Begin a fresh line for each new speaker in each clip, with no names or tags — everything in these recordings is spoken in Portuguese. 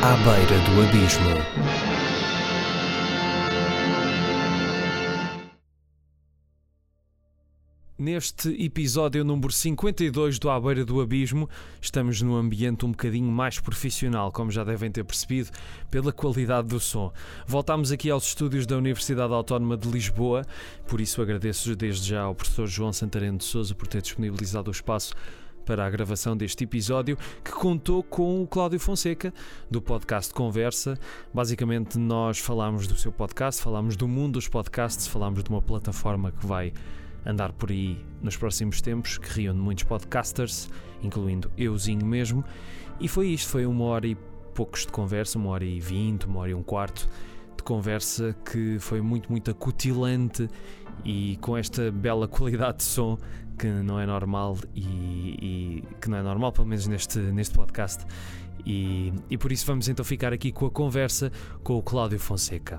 À beira do abismo. Neste episódio número 52 do À Beira do Abismo, estamos num ambiente um bocadinho mais profissional, como já devem ter percebido, pela qualidade do som. Voltámos aqui aos estúdios da Universidade Autónoma de Lisboa, por isso agradeço desde já ao professor João Santareno de Sousa por ter disponibilizado o espaço para a gravação deste episódio, que contou com o Cláudio Fonseca, do podcast Conversa. Basicamente nós falámos do seu podcast, falámos do mundo dos podcasts, falámos de uma plataforma que vai andar por aí nos próximos tempos, que reúne muitos podcasters, incluindo euzinho mesmo, e foi isto, foi 1h e poucos de conversa, 1h20, 1h15 de conversa, que foi muito acutilante e com esta bela qualidade de som que não é normal e que não é normal, pelo menos neste podcast, e por isso vamos então ficar aqui com a conversa com o Cláudio Fonseca.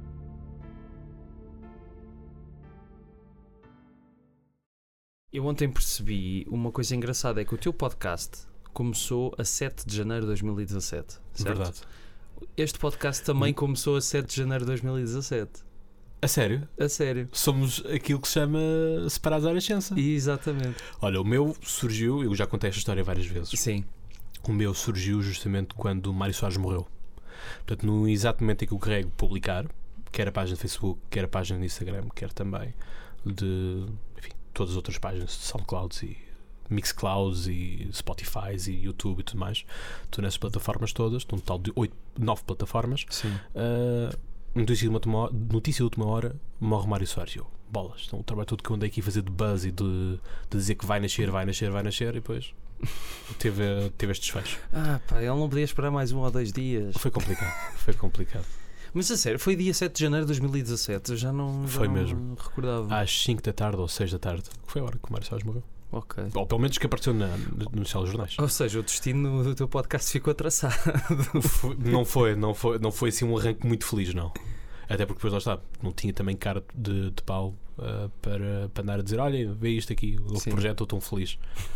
Eu ontem percebi uma coisa engraçada, é que o teu podcast começou a 7 de janeiro de 2017, certo?
Verdade.
Este podcast também começou a 7 de janeiro de 2017.
A sério?
A sério.
Somos aquilo que se chama separados à nascença.
Exatamente.
Olha, o meu surgiu, eu já contei esta história várias vezes.
Sim.
O meu surgiu justamente quando o Mário Soares morreu. Portanto, no exato momento em que eu carrego publicar, quer a página de Facebook, quer a página de Instagram, quer também de, enfim, todas as outras páginas de SoundClouds e Mixclouds e Spotify e YouTube e tudo mais. Estou nessas plataformas todas, estou um total de 9 plataformas.
Sim.
Notícia de última hora, morre Mário Soares. Eu, bolas, então o trabalho todo que eu andei aqui a fazer de buzz e de dizer que vai nascer, e depois teve este desfecho.
Pá, ele não podia esperar mais 1 ou 2 dias.
Foi complicado.
Mas a sério, foi dia 7 de janeiro de 2017, eu já não
mesmo.
Recordava.
Às 5 da tarde ou 6 da tarde, que foi a hora que o Mário Soares morreu.
Ok.
Ou pelo menos que apareceu nos telejornais.
Ou seja, o destino do teu podcast ficou traçado.
Não foi assim um arranque muito feliz, não. Até porque depois lá está, não tinha também cara de pau para andar a dizer: olha, vê isto aqui, o projeto, estou tão feliz.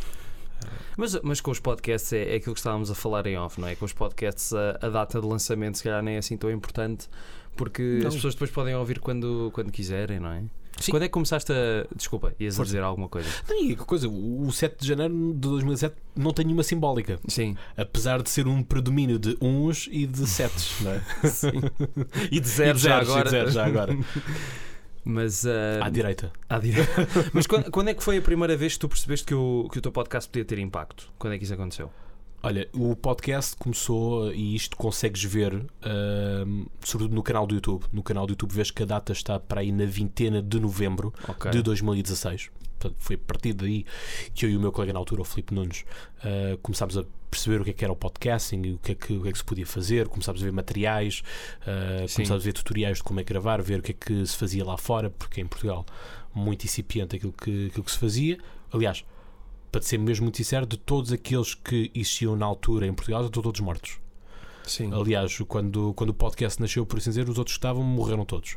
Mas com os podcasts é aquilo que estávamos a falar em off, não é? Com os podcasts a data de lançamento se calhar nem é assim tão importante, porque as pessoas depois podem ouvir quando quiserem, não é? Sim. Quando é que começaste a... Desculpa, ias a dizer alguma coisa?
Não, coisa, o 7 de janeiro de 2017 não tem nenhuma simbólica.
Sim.
Apesar de ser um predomínio de uns e de setes, não é?
Sim. E de zeros já agora. Mas,
à direita.
Mas quando é que foi a primeira vez que tu percebeste que o teu podcast podia ter impacto? Quando é que isso aconteceu?
Olha, o podcast começou, e isto consegues ver sobretudo no canal do YouTube. No canal do YouTube vês que a data está para aí na 20ª de novembro de 2016. Portanto, foi a partir daí que eu e o meu colega na altura, o Filipe Nunes, começámos a perceber o que era o podcasting e o que é que se podia fazer. Começámos a ver materiais, começámos a ver tutoriais de como é gravar, ver o que é que se fazia lá fora, porque em Portugal muito incipiente aquilo que se fazia. Aliás, para ser mesmo muito sincero, de todos aqueles que existiam na altura em Portugal, estão todos mortos.
Sim.
Aliás, quando o podcast nasceu, por assim dizer, os outros que estavam morreram todos.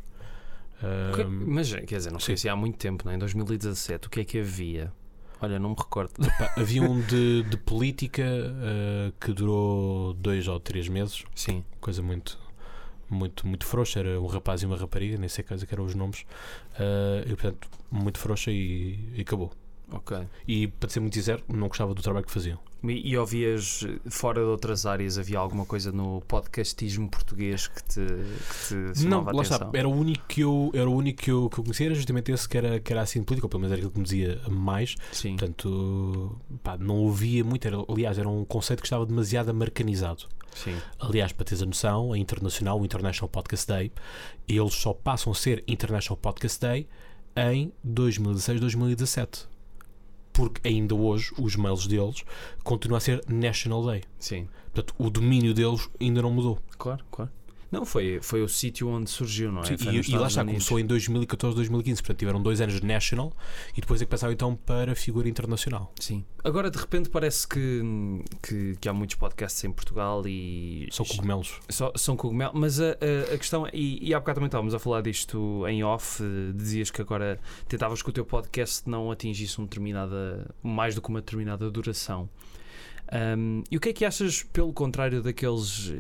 Mas, quer dizer, não sei se há muito tempo, não é? Em 2017, o que é que havia? Olha, não me recordo.
Havia um de política que durou 2 ou 3 meses.
Sim.
Coisa muito frouxa. Era um rapaz e uma rapariga, nem sei quais eram os nomes. E, portanto, muito frouxa e acabou.
Ok.
E para ser muito sincero, não gostava do trabalho que faziam.
E ouvias fora de outras áreas? Havia alguma coisa no podcastismo português que te chamava a atenção?
Lá está, era o único que eu conhecia, era justamente esse que era assim político, ou pelo menos era aquilo que me dizia mais.
Sim.
Portanto, não ouvia muito, aliás, era um conceito que estava demasiado americanizado.
Sim.
Aliás, para teres a noção, o International Podcast Day, eles só passam a ser International Podcast Day em 2016, 2017. Porque ainda hoje os mails deles continuam a ser National Day.
Sim.
Portanto, o domínio deles ainda não mudou.
Claro. Não, foi o sítio onde surgiu, não é?
Sim, e lá está, começou em 2014, 2015. Portanto, tiveram 2 anos de National e depois é que passaram então para figura internacional.
Sim. Agora, de repente, parece que há muitos podcasts em Portugal e...
São cogumelos.
São cogumelos. Mas a questão... E há bocado também estávamos a falar disto em off. Dizias que agora tentavas que o teu podcast não atingisse mais do que uma determinada duração. E o que é que achas, pelo contrário, daqueles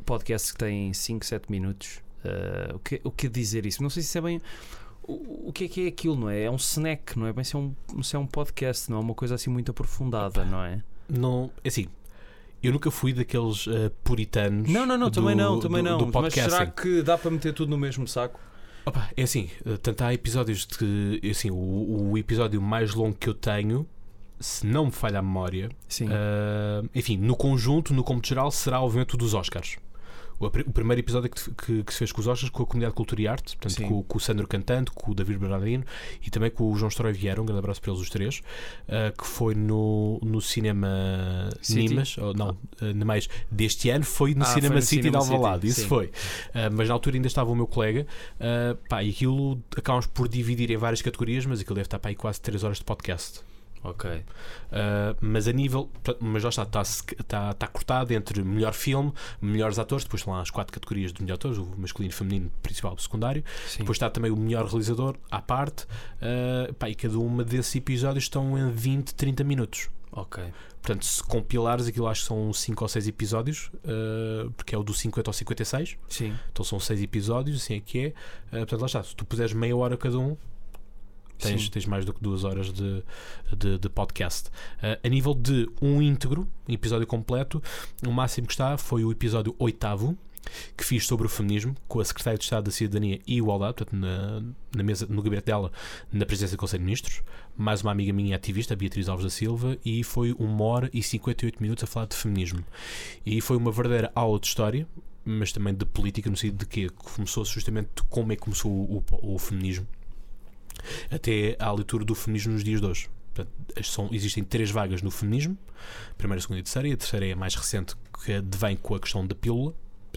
podcasts que têm 5, 7 minutos. O que dizer isso? Não sei se é bem... O que é aquilo, não é? É um snack, não é bem se é um podcast, não é uma coisa assim muito aprofundada, não é?
Não, é assim... Eu nunca fui daqueles puritanos.
Não, também não.
Do
mas será que dá para meter tudo no mesmo saco?
Opa, é assim, tanto há episódios de. Assim, o episódio mais longo que eu tenho, se não me falha a memória, enfim, no conjunto, no cômputo geral, será o evento dos Oscars. O primeiro episódio que se fez com os Oscars, com a Comunidade de Cultura e Arte, portanto, com o Sandro Cantante, com o David Bernardino e também com o João Estoril Vieira, um grande abraço para eles os três, que foi no Cinema Nimas, mais deste ano, foi no Cinema City de Alvalade, isso foi. Mas na altura ainda estava o meu colega, e aquilo acabamos por dividir em várias categorias, mas aquilo deve estar para aí quase 3 horas de podcast.
Ok.
Mas a nível, mas já está cortado entre melhor filme, melhores atores, depois estão lá as 4 categorias de melhores atores, o masculino, feminino, principal, secundário. Sim. Depois está também o melhor realizador à parte, e cada uma desses episódios estão em 20, 30 minutos.
Ok.
Portanto, se compilares aquilo, acho que são 5 ou 6 episódios, porque é o do 50 ao 56.
Sim.
Então são 6 episódios, assim é que é. Portanto, lá está, se tu puseres meia hora cada um, tens mais do que 2 horas de podcast. A nível de um íntegro, um episódio completo, o máximo que está foi o episódio 8º, que fiz sobre o feminismo, com a Secretária de Estado da Cidadania e Igualdade, portanto, na mesa, no gabinete dela, na presidência do Conselho de Ministros, mais uma amiga minha ativista, a Beatriz Alves da Silva, e foi 1 hora e 58 minutos a falar de feminismo. E foi uma verdadeira aula de história, mas também de política, no sentido de que começou justamente como é que começou o feminismo, até à leitura do feminismo nos dias de hoje. Portanto, existem 3 vagas no feminismo, primeira, segunda e terceira, e a terceira é a mais recente, que vem com a questão da pílula.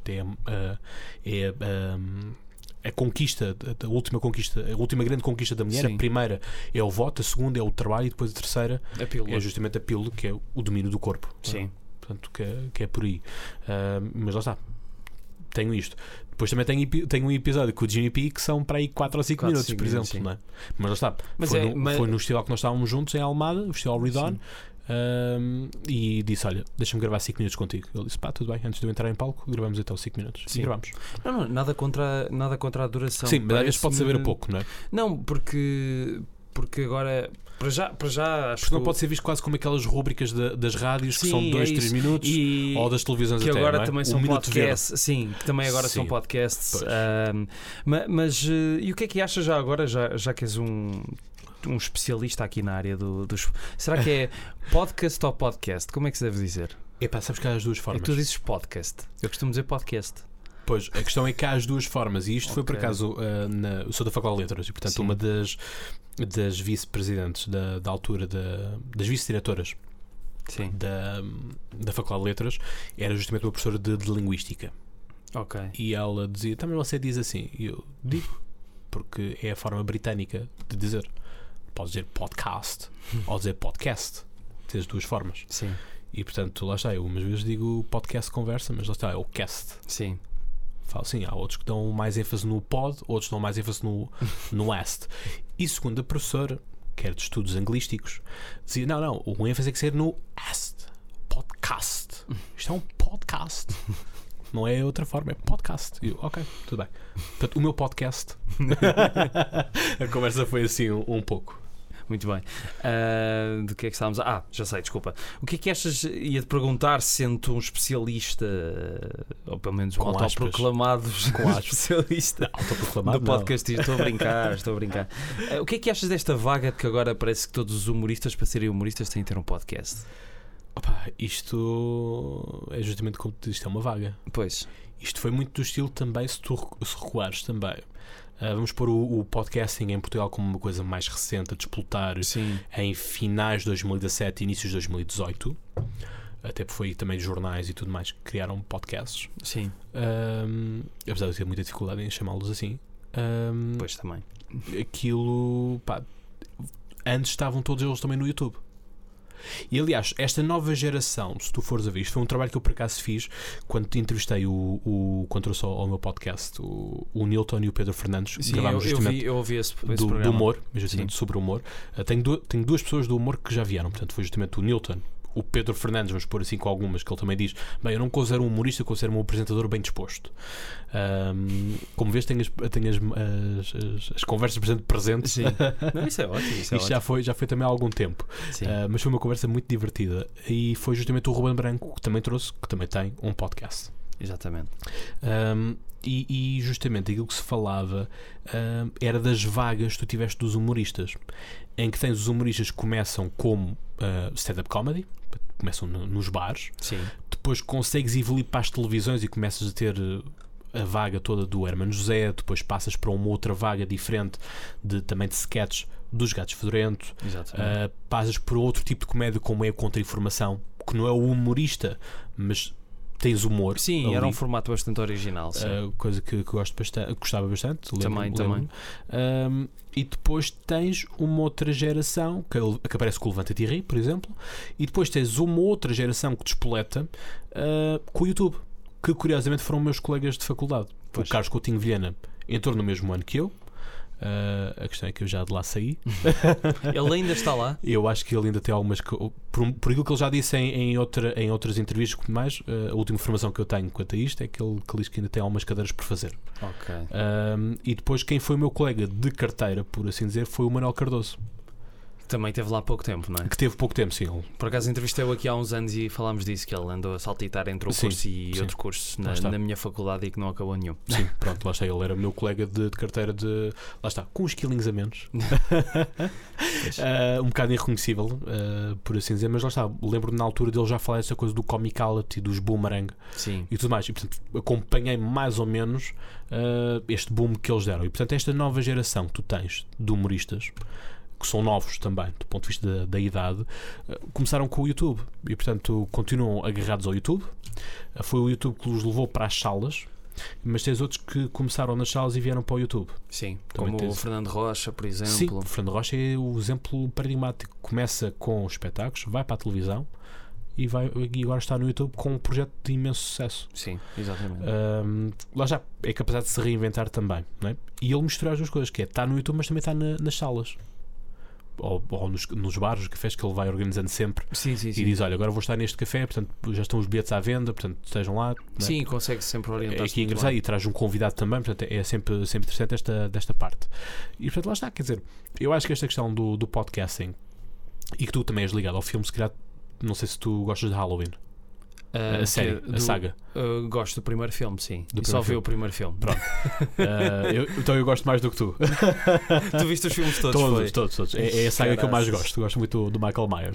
A conquista, a última grande conquista da mulher. Sim. A primeira é o voto, a segunda é o trabalho, e depois a terceira é justamente a pílula, que é o domínio do corpo.
Sim.
Portanto, que é por aí. Mas lá está, tenho isto. Depois também tenho um episódio com o Jimmy P, que são para aí 4 ou 5 minutos, por exemplo, não é? Mas lá está, foi no festival que nós estávamos juntos em Almada, o festival Redon, e disse: olha, deixa-me gravar 5 minutos contigo. Ele disse: pá, tudo bem, antes de eu entrar em palco, gravamos então 5 minutos. Sim. E gravamos.
Não, nada contra a duração.
Sim, mas às vezes pode saber a pouco, não é?
Não, porque agora, para já acho
que não pode ser visto quase como aquelas rúbricas das rádios, que são 2, 3 minutos, ou das televisões,
que
até,
agora
não é?
também são podcasts. Sim, que também agora são podcasts. Mas e o que é que achas já agora, já que és um especialista aqui na área dos... Será que é podcast ou podcast? Como é que se deve dizer?
Sabes que há as duas formas.
É que tu dizes podcast. Eu costumo dizer podcast.
Pois, a questão é que há as duas formas, e isto foi por acaso, eu sou da Faculdade de Letras, e portanto uma das vice-presidentes da altura, das vice-diretoras da Faculdade de Letras, era justamente uma professora de linguística.
Ok.
E ela dizia: também você diz assim. E eu digo, porque é a forma britânica de dizer. Podes dizer podcast ou dizer podcast. Tens 2 formas.
Sim.
E portanto, lá está, eu umas vezes digo podcast conversa, mas lá está, é o cast.
Sim.
Falo assim, há outros que dão mais ênfase no pod, outros dão mais ênfase no est. E segundo a professora, que era de estudos anglísticos, dizia: não, o ênfase é que ser no est. Podcast. Isto é um podcast. Não é outra forma, é podcast. E eu, ok, tudo bem. Portanto, o meu podcast. A conversa foi assim um pouco.
Muito bem. Do que é que estávamos a... já sei, desculpa. O que é que achas? Ia-te perguntar, sendo um especialista, ou pelo menos um autoproclamado especialista do podcast. Estou a brincar. O que é que achas desta vaga de que agora parece que todos os humoristas, para serem humoristas, têm que ter um podcast?
Isto é justamente como tu dizes, é uma vaga.
Pois.
Isto foi muito do estilo também, se recuares também. Vamos pôr o podcasting em Portugal como uma coisa mais recente a despoltar.
Sim.
Em finais de 2017 e inícios de 2018. Até porque foi também jornais e tudo mais que criaram podcasts.
Sim.
Apesar de eu ter muita dificuldade em chamá-los assim.
Pois também.
Aquilo, antes estavam todos eles também no YouTube. E aliás, esta nova geração, se tu fores a ver, isto foi um trabalho que eu por acaso fiz quando te entrevistei quando trouxe ao meu podcast o Nilton e o Pedro Fernandes.
Sim, eu ouvi esse programa
do humor, justamente sobre o humor. Tenho 2 pessoas do humor que já vieram, portanto foi justamente o Nilton, o Pedro Fernandes, vamos pôr assim com algumas, que ele também diz: bem, eu não considero um humorista, eu considero um apresentador bem disposto. Como vês, tenho as conversas presentes.
Sim. Não, isso é ótimo.
Isto já foi também há algum tempo. Mas foi uma conversa muito divertida. E foi justamente o Ruben Branco que também trouxe, que também tem um podcast.
Exatamente.
E justamente aquilo que se falava era das vagas que tu tiveste dos humoristas, em que tens os humoristas que começam como stand-up comedy, começam nos bares.
Sim.
Depois consegues evoluir para as televisões e começas a ter a vaga toda do Hermano José. Depois passas para uma outra vaga diferente também de sketches dos Gatos Fedorentos. Passas por outro tipo de comédia, como é a contra-informação, que não é o humorista, mas tens humor.
Sim,
ali.
Era um formato bastante original.
Coisa que gostava bastante.
Também.
E depois tens uma outra geração que aparece com o Levanta-te e Ri, por exemplo. E depois tens uma outra geração que despoleta com o YouTube, que curiosamente foram meus colegas de faculdade. O Carlos Coutinho Vilhena entrou no mesmo ano que eu. A questão é que eu já de lá saí.
Ele ainda está lá?
Eu acho que ele ainda tem algumas. Por aquilo que ele já disse em outras entrevistas, mais, a última informação que eu tenho quanto a isto é que ele diz que ainda tem algumas cadeiras por fazer.
Ok.
E depois, quem foi o meu colega de carteira, por assim dizer, foi o Manuel Cardoso.
Também teve lá há pouco tempo, não é?
Que teve pouco tempo, sim.
Por acaso entrevistei-o aqui há uns anos e falámos disso, que ele andou a saltitar entre o curso e outro curso na minha faculdade e que não acabou nenhum.
Sim, pronto, lá está. Ele era meu colega de carteira de... Lá está, com uns quilinhos a menos. Um bocado irreconhecível, por assim dizer, mas lá está. Lembro-me na altura dele já falar essa coisa do comicality, dos boomerang.
Sim.
E tudo mais. E portanto acompanhei mais ou menos este boom que eles deram. E portanto esta nova geração que tu tens de humoristas, que são novos também, do ponto de vista da idade, começaram com o YouTube e, portanto, continuam agarrados ao YouTube. Foi o YouTube que os levou para as salas, mas tens outros que começaram nas salas e vieram para o YouTube.
Sim, também como o Fernando Rocha, por exemplo.
Sim, o Fernando Rocha é o exemplo paradigmático. Começa com espetáculos, vai para a televisão e agora está no YouTube com um projeto de imenso sucesso.
Sim, exatamente.
Lá já é capaz de se reinventar também, não é? E ele mistura as duas coisas, que é estar no YouTube, mas também está nas salas. Ou nos bares, nos cafés que ele vai organizando sempre.
Sim.
E diz: olha, agora vou estar neste café, portanto já estão os bilhetes à venda, portanto estejam lá.
Sim, consegue sempre orientar.
Aqui é engraçado e traz um convidado também, portanto é sempre interessante desta parte. E portanto lá está, quer dizer, eu acho que esta questão do podcasting, e que tu também és ligado ao filme, se calhar, não sei se tu gostas de Halloween. A série, a saga.
Gosto do primeiro filme, sim. Só vi o primeiro filme.
Pronto. Então eu gosto mais do que tu.
Tu viste os filmes todos?
Todos. É a saga que eu mais gosto. Gosto muito do Michael Myers.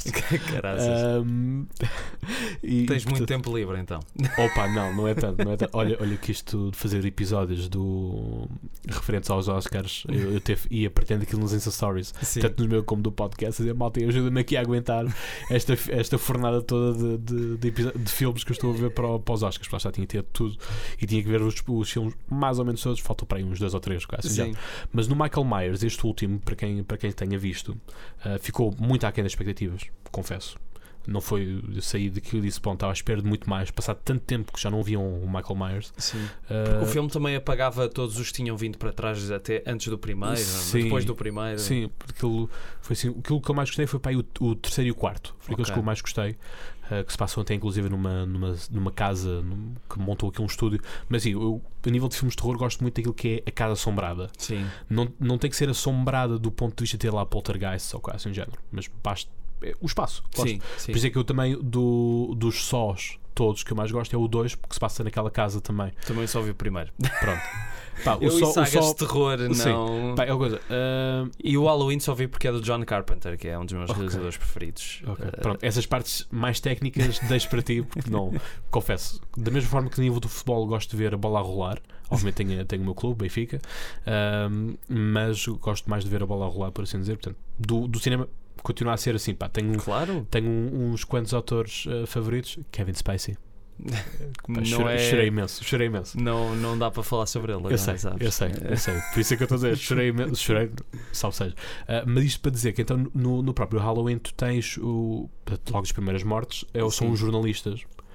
Tens muito tempo livre então.
Opa, não é tanto. Olha que isto de fazer episódios referentes aos Oscars, eu ia pretendo aquilo nos Insta Stories, tanto no meu como do podcast, dizer: malta, ajuda-me aqui a aguentar esta fornada toda de filmes que eu estou a ver para os Oscars. Já tinha que ter tudo e tinha que ver os filmes mais ou menos todos. Faltam para aí uns 2 ou 3 quase. Já. Mas no Michael Myers, este último, para quem tenha visto, ficou muito aquém das expectativas, confesso. Não foi, eu saí daquilo e disse: bom, estava à espera de muito mais, passado tanto tempo que já não viam o Michael Myers.
Sim. Porque o filme também apagava todos os que tinham vindo para trás até antes do primeiro, depois do primeiro.
Sim, porque aquilo foi assim, aquilo que eu mais gostei foi para aí o terceiro e o quarto. Foi aqueles que eu mais gostei. Que se passam até inclusive numa casa que montou aqui um estúdio. Mas sim, eu, a nível de filmes de terror, gosto muito daquilo que é a casa assombrada.
Sim.
Não tem que ser assombrada do ponto de vista de ter lá poltergeist ou coisa assim do género, mas basta o espaço.
Sim.
Por isso é que eu também dos sós todos que eu mais gosto é o 2, porque se passa naquela casa também.
Também só vi o primeiro.
Pronto.
Eu e sagas de terror não.
Pá, é uma coisa,
e o Halloween só vi porque é do John Carpenter, que é um dos meus realizadores preferidos.
Pronto, essas partes mais técnicas deixo para ti, porque não, confesso, da mesma forma que no nível do futebol gosto de ver a bola a rolar. Obviamente tenho o meu clube, Benfica, mas gosto mais de ver a bola a rolar, por assim dizer. Portanto, do cinema continua a ser assim, pá. Tenho uns quantos autores favoritos. Kevin Spacey. Chorei imenso.
Não dá para falar sobre ele.
Eu sei. Por isso é que eu estou a dizer, chorei imenso. Salve seja. Mas isto para dizer que então no próprio Halloween tu tens logo as primeiras mortes são os jornalistas.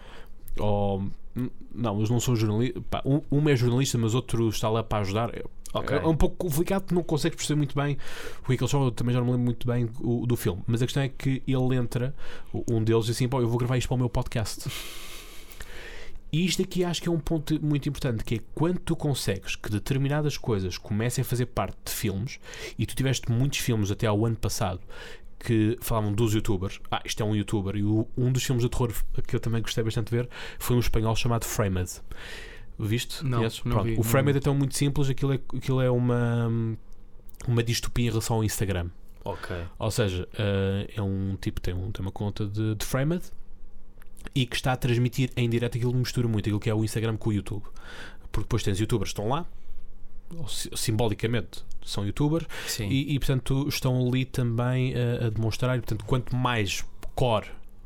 Não, eles não são jornalistas. Um é jornalista, mas outro está lá para ajudar. É um pouco complicado, não consegues perceber muito bem o que é que eles são. Eu também já não me lembro muito bem do filme. Mas a questão é que ele entra, um deles, e assim: eu vou gravar isto para o meu podcast. E isto aqui acho que é um ponto muito importante, que é quando tu consegues que determinadas coisas comecem a fazer parte de filmes, e tu tiveste muitos filmes até ao ano passado que falavam dos youtubers. Isto é um youtuber. E um dos filmes de terror que eu também gostei bastante de ver foi um espanhol chamado Framed. Viste?
Não vi,
o Framed é tão muito simples. Aquilo é uma distopia em relação ao Instagram. Ou seja, é um tipo tem uma conta de Framed e que está a transmitir em direto. Aquilo mistura muito aquilo que é o Instagram com o YouTube, porque depois tens youtubers que estão lá, simbolicamente são youtubers, e portanto estão ali também a demonstrar, e portanto quanto mais gore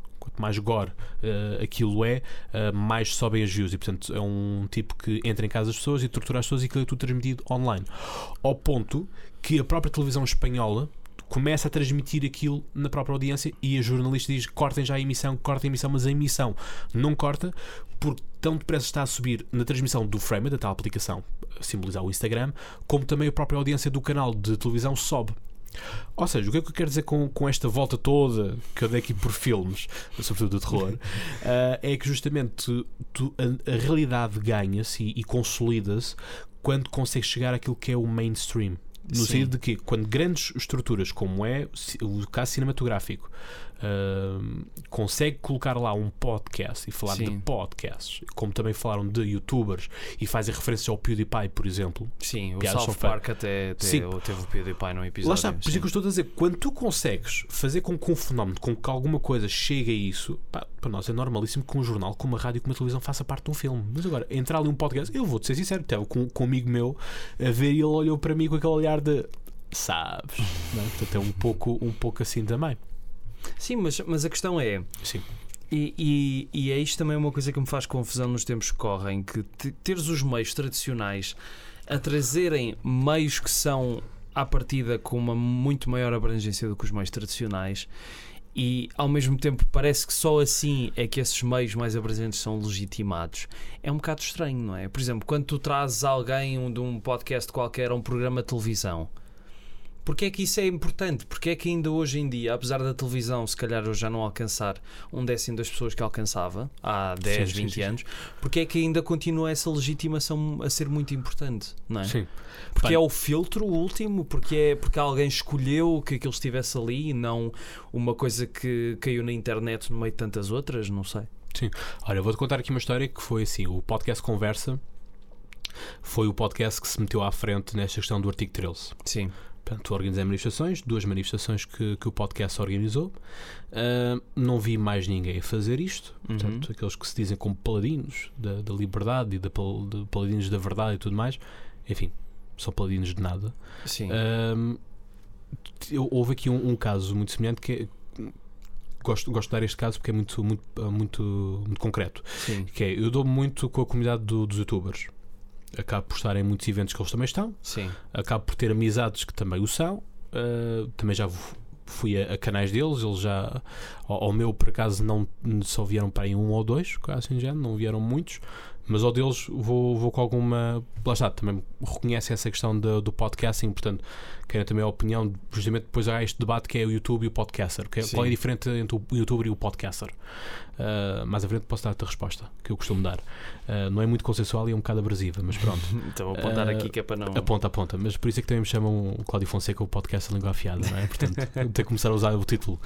aquilo mais sobem as views, e portanto é um tipo que entra em casa das pessoas e tortura as pessoas, e aquilo é tudo transmitido online, ao ponto que a própria televisão espanhola começa a transmitir aquilo na própria audiência, e a jornalista diz: cortem já a emissão, mas a emissão não corta, porque tão depressa está a subir na transmissão do Framed, da tal aplicação a simbolizar o Instagram, como também a própria audiência do canal de televisão sobe. Ou seja, o que é que eu quero dizer com esta volta toda que eu dei aqui por filmes, sobretudo do terror, é que justamente a realidade ganha-se e consolida-se quando consegues chegar àquilo que é o mainstream. No sentido de que, quando grandes estruturas, como é o caso cinematográfico, consegue colocar lá um podcast e falar de podcasts, como também falaram de youtubers, e fazem referência ao PewDiePie, por exemplo.
Sim, o South Park até teve o PewDiePie num episódio.
Lá está, por isso que eu estou a dizer, quando tu consegues fazer com que um fenómeno, com que alguma coisa chegue a isso, para nós é normalíssimo que um jornal, com uma rádio, com uma televisão faça parte de um filme. Mas agora, entrar ali um podcast, eu vou-te ser sincero, estava com um amigo meu a ver, e ele olhou para mim com aquele olhar de sabes, não? Portanto é um pouco assim também.
Sim, mas a questão é,
sim.
E é isto também uma coisa que me faz confusão nos tempos que correm, que teres os meios tradicionais a trazerem meios que são à partida com uma muito maior abrangência do que os meios tradicionais, e ao mesmo tempo parece que só assim é que esses meios mais abrangentes são legitimados. É um bocado estranho, não é? Por exemplo, quando tu trazes alguém de um podcast qualquer a um programa de televisão, porque é que isso é importante? Porque é que ainda hoje em dia, apesar da televisão se calhar hoje já não alcançar 1/10 das pessoas que alcançava há 10, 20 anos, porque é que ainda continua essa legitimação a ser muito importante, não é?
Sim.
Porque é o filtro último, porque alguém escolheu que aquilo estivesse ali e não uma coisa que caiu na internet no meio de tantas outras, não sei.
Sim. Olha, eu vou-te contar aqui uma história que foi assim: o podcast Conversa foi o podcast que se meteu à frente nesta questão do artigo 13.
Sim.
Portanto, organizei manifestações, 2 manifestações que o podcast organizou. Não vi mais ninguém a fazer isto. Portanto, aqueles que se dizem como paladinos da liberdade e de paladinos da verdade e tudo mais, enfim, são paladinos de nada.
Sim.
Houve aqui um caso muito semelhante que gosto de dar este caso porque é muito concreto.
Sim.
Que é, eu dou muito com a comunidade dos youtubers. Acabo por estar em muitos eventos que eles também estão.
Sim.
Acabo por ter amizades que também o são. Também já fui a canais deles. Eles já, ao meu, por acaso, não só vieram para aí 1 ou 2, assim já, não vieram muitos. Mas ao deles vou com alguma. Lá está, também reconhecem essa questão do podcasting, portanto, querem também a opinião. Justamente depois há este debate que é o YouTube e o podcaster. Qual é a diferença entre o YouTuber e o podcaster? Mais à frente posso dar-te a resposta que eu costumo dar. Não é muito consensual e é um bocado abrasiva, mas pronto.
Então vou apontar aqui que é para não.
Aponta. Mas por isso é que também me chamam Cláudio Fonseca o podcast da língua afiada, não é? Portanto, tenho que começar a usar o título.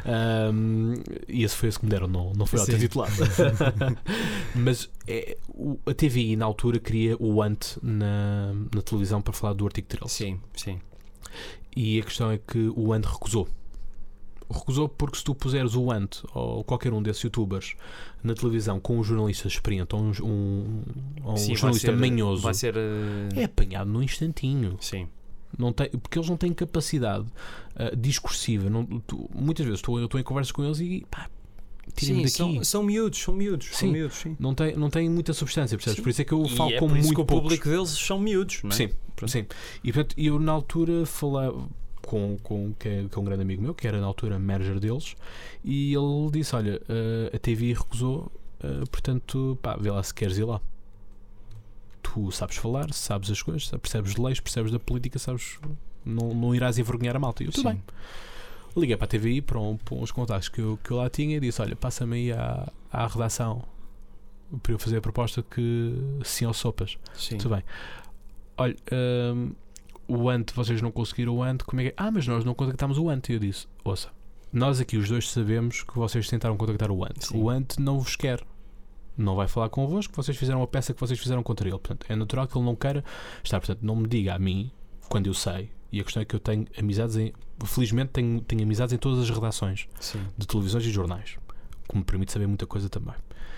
E esse foi esse que me deram, não foi outro titulado. Mas a TVI na altura queria o ANT na televisão para falar do artigo 13.
Sim.
E a questão é que o ANT recusou porque se tu puseres o ANT ou qualquer um desses youtubers na televisão com um jornalista experiente ou um jornalista manhoso,
vai ser
é apanhado num instantinho.
Sim.
Não tem, porque eles não têm capacidade discursiva. Muitas vezes eu estou em conversas com eles e tirem-me daqui.
São miúdos.
Sim. Não tem muita substância, percebes? Por isso é que eu falo com
muito
poucos.
O público deles são miúdos, não é?
Sim. E portanto, eu na altura falava que é um grande amigo meu, que era na altura manager deles, e ele disse: olha, a TV recusou portanto, vê lá se queres ir lá. Tu sabes falar, sabes as coisas, percebes de leis, percebes da política, sabes, não irás envergonhar a malta. E eu, tudo bem. Liguei para a TVI, para uns contactos que eu lá tinha, e disse: olha, passa-me aí à redação para eu fazer a proposta que sim ou sopas.
Sim.
Tudo bem. Olha, o ANT, vocês não conseguiram o ANT, como é que é? Mas nós não contactámos o ANT. E eu disse: ouça, nós aqui os dois sabemos que vocês tentaram contactar o ANT. Sim. O ANT não vos quer, não vai falar convosco, vocês fizeram uma peça que vocês fizeram contra ele. Portanto, é natural que ele não queira estar. Portanto, não me diga a mim, quando eu sei. E a questão é que eu tenho amizades felizmente tenho amizades em todas as redações de televisões e jornais, que me permite saber muita coisa também.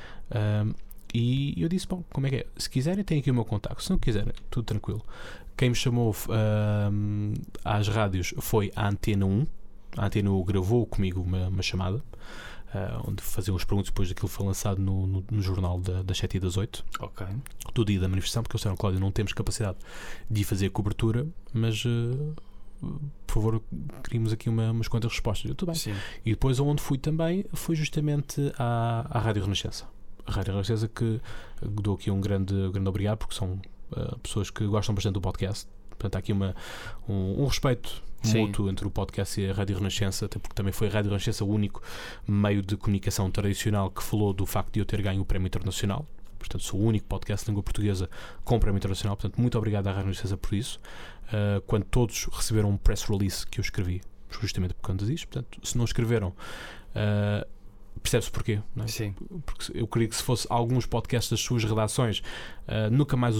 E eu disse: bom, como é que é? Se quiserem, tem aqui o meu contacto. Se não quiserem, tudo tranquilo. Quem me chamou às rádios foi a Antena 1. A Antena 1 gravou comigo uma chamada, onde faziam as perguntas depois daquilo que foi lançado no jornal das 7 e das 8 do dia da manifestação, porque eles disseram: Cláudio, não temos capacidade de fazer a cobertura, mas por favor, queríamos aqui umas quantas respostas. Eu, tudo bem. Sim. E depois onde fui também foi justamente à Rádio Renascença. A Rádio Renascença, que dou aqui um grande obrigado, porque são pessoas que gostam bastante do podcast. Portanto, há aqui um respeito mútuo entre o podcast e a Rádio Renascença, até porque também foi a Rádio Renascença o único meio de comunicação tradicional que falou do facto de eu ter ganho o Prémio Internacional. Portanto, sou o único podcast de língua portuguesa com Prémio Internacional. Portanto, muito obrigado à Rádio Renascença por isso. Quando todos receberam um press release que eu escrevi, justamente por causa disto. Portanto, se não escreveram, percebe-se porquê, não é?
Sim.
Porque eu queria que se fosse alguns podcasts das suas redações, nunca mais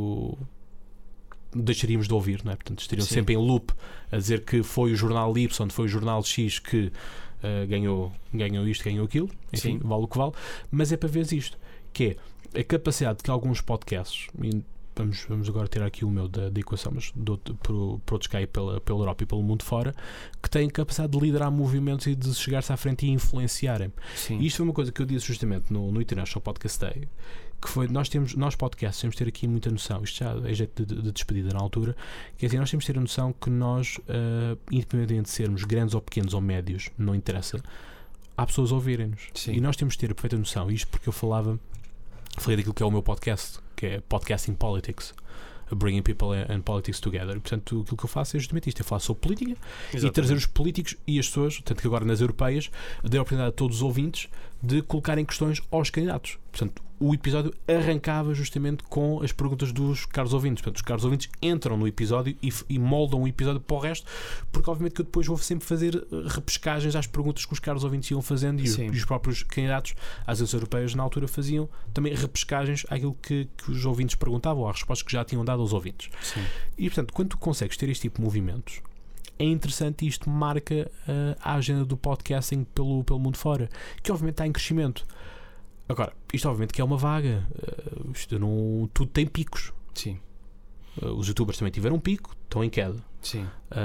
deixaríamos de ouvir, não é? Portanto, estariam sempre em loop a dizer que foi o jornal Y, foi o jornal X que ganhou isto, ganhou aquilo. Enfim, vale o que vale. Mas é para ver isto, que é a capacidade que alguns podcasts, e vamos agora tirar aqui o meu da equação, mas por outros que há pela Europa e pelo mundo fora, que têm capacidade de liderar movimentos e de chegar-se à frente e influenciarem. E isto foi uma coisa que eu disse justamente no International Podcast Day, que foi: nós podcasts temos de ter aqui muita noção, isto já é jeito de despedida na altura, que é assim, nós temos de ter a noção que nós, independentemente de sermos grandes ou pequenos ou médios, não interessa, há pessoas a ouvirem-nos. E nós temos de ter a perfeita noção, isto porque eu falei daquilo que é o meu podcast, que é Podcasting Politics, Bringing People and Politics Together. E, portanto, aquilo que eu faço é justamente isto: é falar sobre política. Exatamente. E trazer os políticos e as pessoas, tanto que agora nas europeias, dê a oportunidade a todos os ouvintes de colocarem questões aos candidatos. Portanto, o episódio arrancava justamente com as perguntas dos caros ouvintes. Portanto, os caros ouvintes entram no episódio e moldam o episódio para o resto, porque obviamente que eu depois vou sempre fazer repescagens às perguntas que os caros ouvintes iam fazendo, e os próprios candidatos às eleições europeias na altura faziam também repescagens àquilo que os ouvintes perguntavam, ou às respostas que já tinham dado aos ouvintes. Sim. E portanto, quando tu consegues ter este tipo de movimentos, é interessante, e isto marca a agenda do podcasting pelo mundo fora, que obviamente está em crescimento. Agora, isto obviamente que é uma vaga, tudo tem picos.
Sim.
Os youtubers também tiveram um pico, estão em queda.
Sim.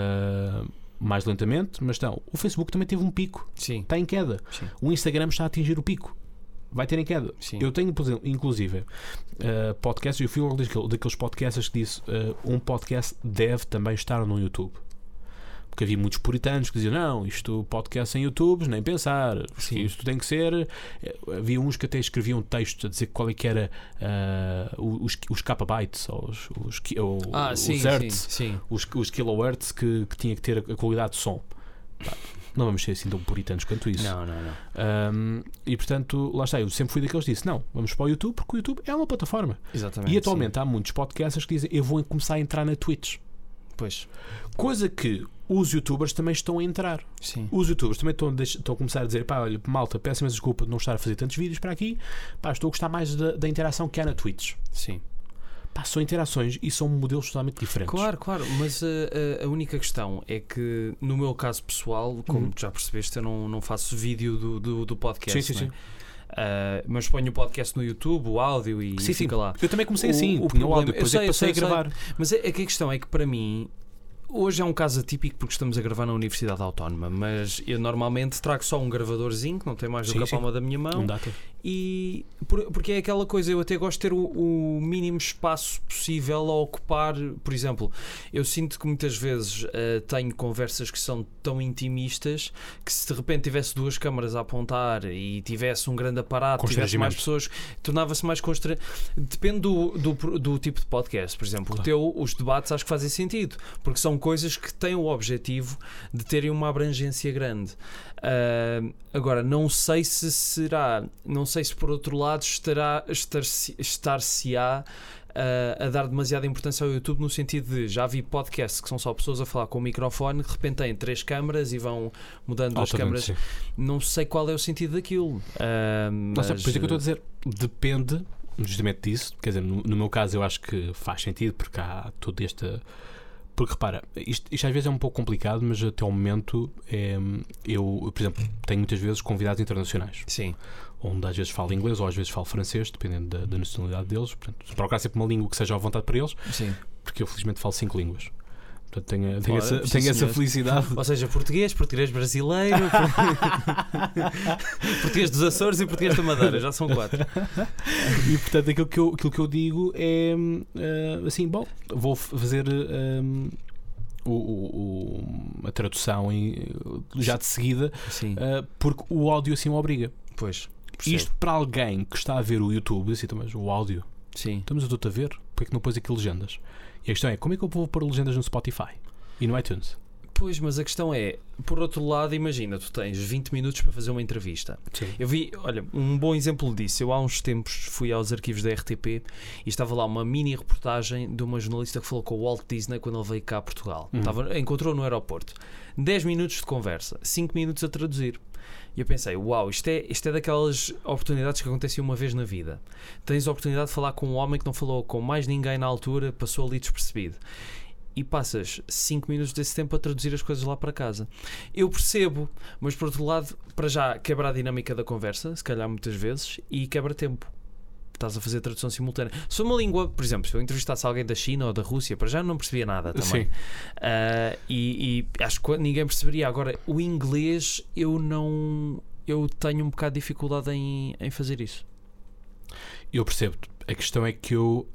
Mais lentamente, mas estão. O Facebook também teve um pico, está em queda. Sim. O Instagram está a atingir o pico, vai ter em queda. Sim. Eu tenho, por exemplo, inclusive, podcasts, eu fui um daqueles podcasts que disse: um podcast deve também estar no YouTube. Porque havia muitos puritanos que diziam: não, isto podcast em YouTube, nem pensar, isto tem que ser. Havia uns que até escreviam textos a dizer qual é que era os kbytes, os hertz, os kilohertz que tinha que ter a qualidade de som. Não vamos ser assim tão puritanos quanto isso.
Não.
E portanto, lá está, eu sempre fui daqueles que disse: não, vamos para o YouTube, porque o YouTube é uma plataforma.
Exatamente.
E atualmente há muitos podcasters que dizem: eu vou começar a entrar na Twitch.
Pois.
Coisa que os youtubers também estão a entrar.
Sim.
Os youtubers também estão a começar a dizer: olha, malta, peço imensa desculpa de não estar a fazer tantos vídeos para aqui, estou a gostar mais da interação que há na Twitch.
Sim.
São interações e são modelos totalmente diferentes.
Claro, mas a única questão é que, no meu caso pessoal, como já percebeste, eu não faço vídeo do podcast. Sim. Mas ponho o podcast no YouTube, o áudio, e fica lá.
Eu também comecei assim, punha o áudio, depois passei a gravar.
Mas a questão é que, para mim, hoje é um caso atípico porque estamos a gravar na Universidade Autónoma, mas eu normalmente trago só um gravadorzinho que não tem mais do que a palma da minha mão.
Um data.
E porque é aquela coisa, eu até gosto de ter o mínimo espaço possível a ocupar. Por exemplo, eu sinto que muitas vezes tenho conversas que são tão intimistas que se de repente tivesse 2 câmaras a apontar e tivesse um grande aparato, tivesse mais pessoas, tornava-se mais constrangedor. Depende do tipo de podcast. Por exemplo, claro. Os debates acho que fazem sentido, porque são coisas que têm o objetivo de terem uma abrangência grande. Agora, não sei se por outro lado estar-se-á a dar demasiada importância ao YouTube, no sentido de, já vi podcasts que são só pessoas a falar com o microfone, de repente têm 3 câmaras e vão mudando as câmaras. Sim. Não sei qual é o sentido daquilo.
Mas... Por isso é que eu estou a dizer, depende justamente disso. Quer dizer, no meu caso eu acho que faz sentido, porque há todo este... Porque repara, isto às vezes é um pouco complicado, mas até ao momento eu, por exemplo, tenho muitas vezes convidados internacionais.
Sim.
Onde às vezes falo inglês ou às vezes falo francês, dependendo da nacionalidade deles. Portanto, procurar sempre uma língua que seja à vontade para eles.
Sim.
Porque eu felizmente falo 5 línguas. Portanto, tenho essa felicidade.
Ou seja, português brasileiro, português dos Açores e português da Madeira, já são 4.
E portanto aquilo que eu digo é assim, bom, vou fazer a tradução já de seguida, porque o áudio assim o obriga.
Pois,
isto para alguém que está a ver o YouTube, assim, mas o áudio,
sim.
Estamos a estou a ver, porque é que não pôs aqui legendas? E a questão é, como é que eu vou pôr legendas no Spotify e no iTunes?
Pois, mas a questão é, por outro lado, imagina, tu tens 20 minutos para fazer uma entrevista.
Sim.
Eu vi, olha, um bom exemplo disso. Eu há uns tempos fui aos arquivos da RTP e estava lá uma mini reportagem de uma jornalista que falou com o Walt Disney quando ele veio cá a Portugal. Encontrou no aeroporto. 10 minutos de conversa, 5 minutos a traduzir. E eu pensei, uau, isto é daquelas oportunidades que acontecem uma vez na vida. Tens a oportunidade de falar com um homem que não falou com mais ninguém na altura, passou ali despercebido. E passas 5 minutos desse tempo a traduzir as coisas lá para casa. Eu percebo, mas por outro lado, para já quebra a dinâmica da conversa, se calhar muitas vezes, e quebra tempo. Estás a fazer tradução simultânea. Se uma língua, por exemplo, se eu entrevistasse alguém da China ou da Rússia, para já não percebia nada também. E acho que ninguém perceberia. Agora, o inglês, eu tenho um bocado de dificuldade em fazer isso.
Eu percebo. A questão é que eu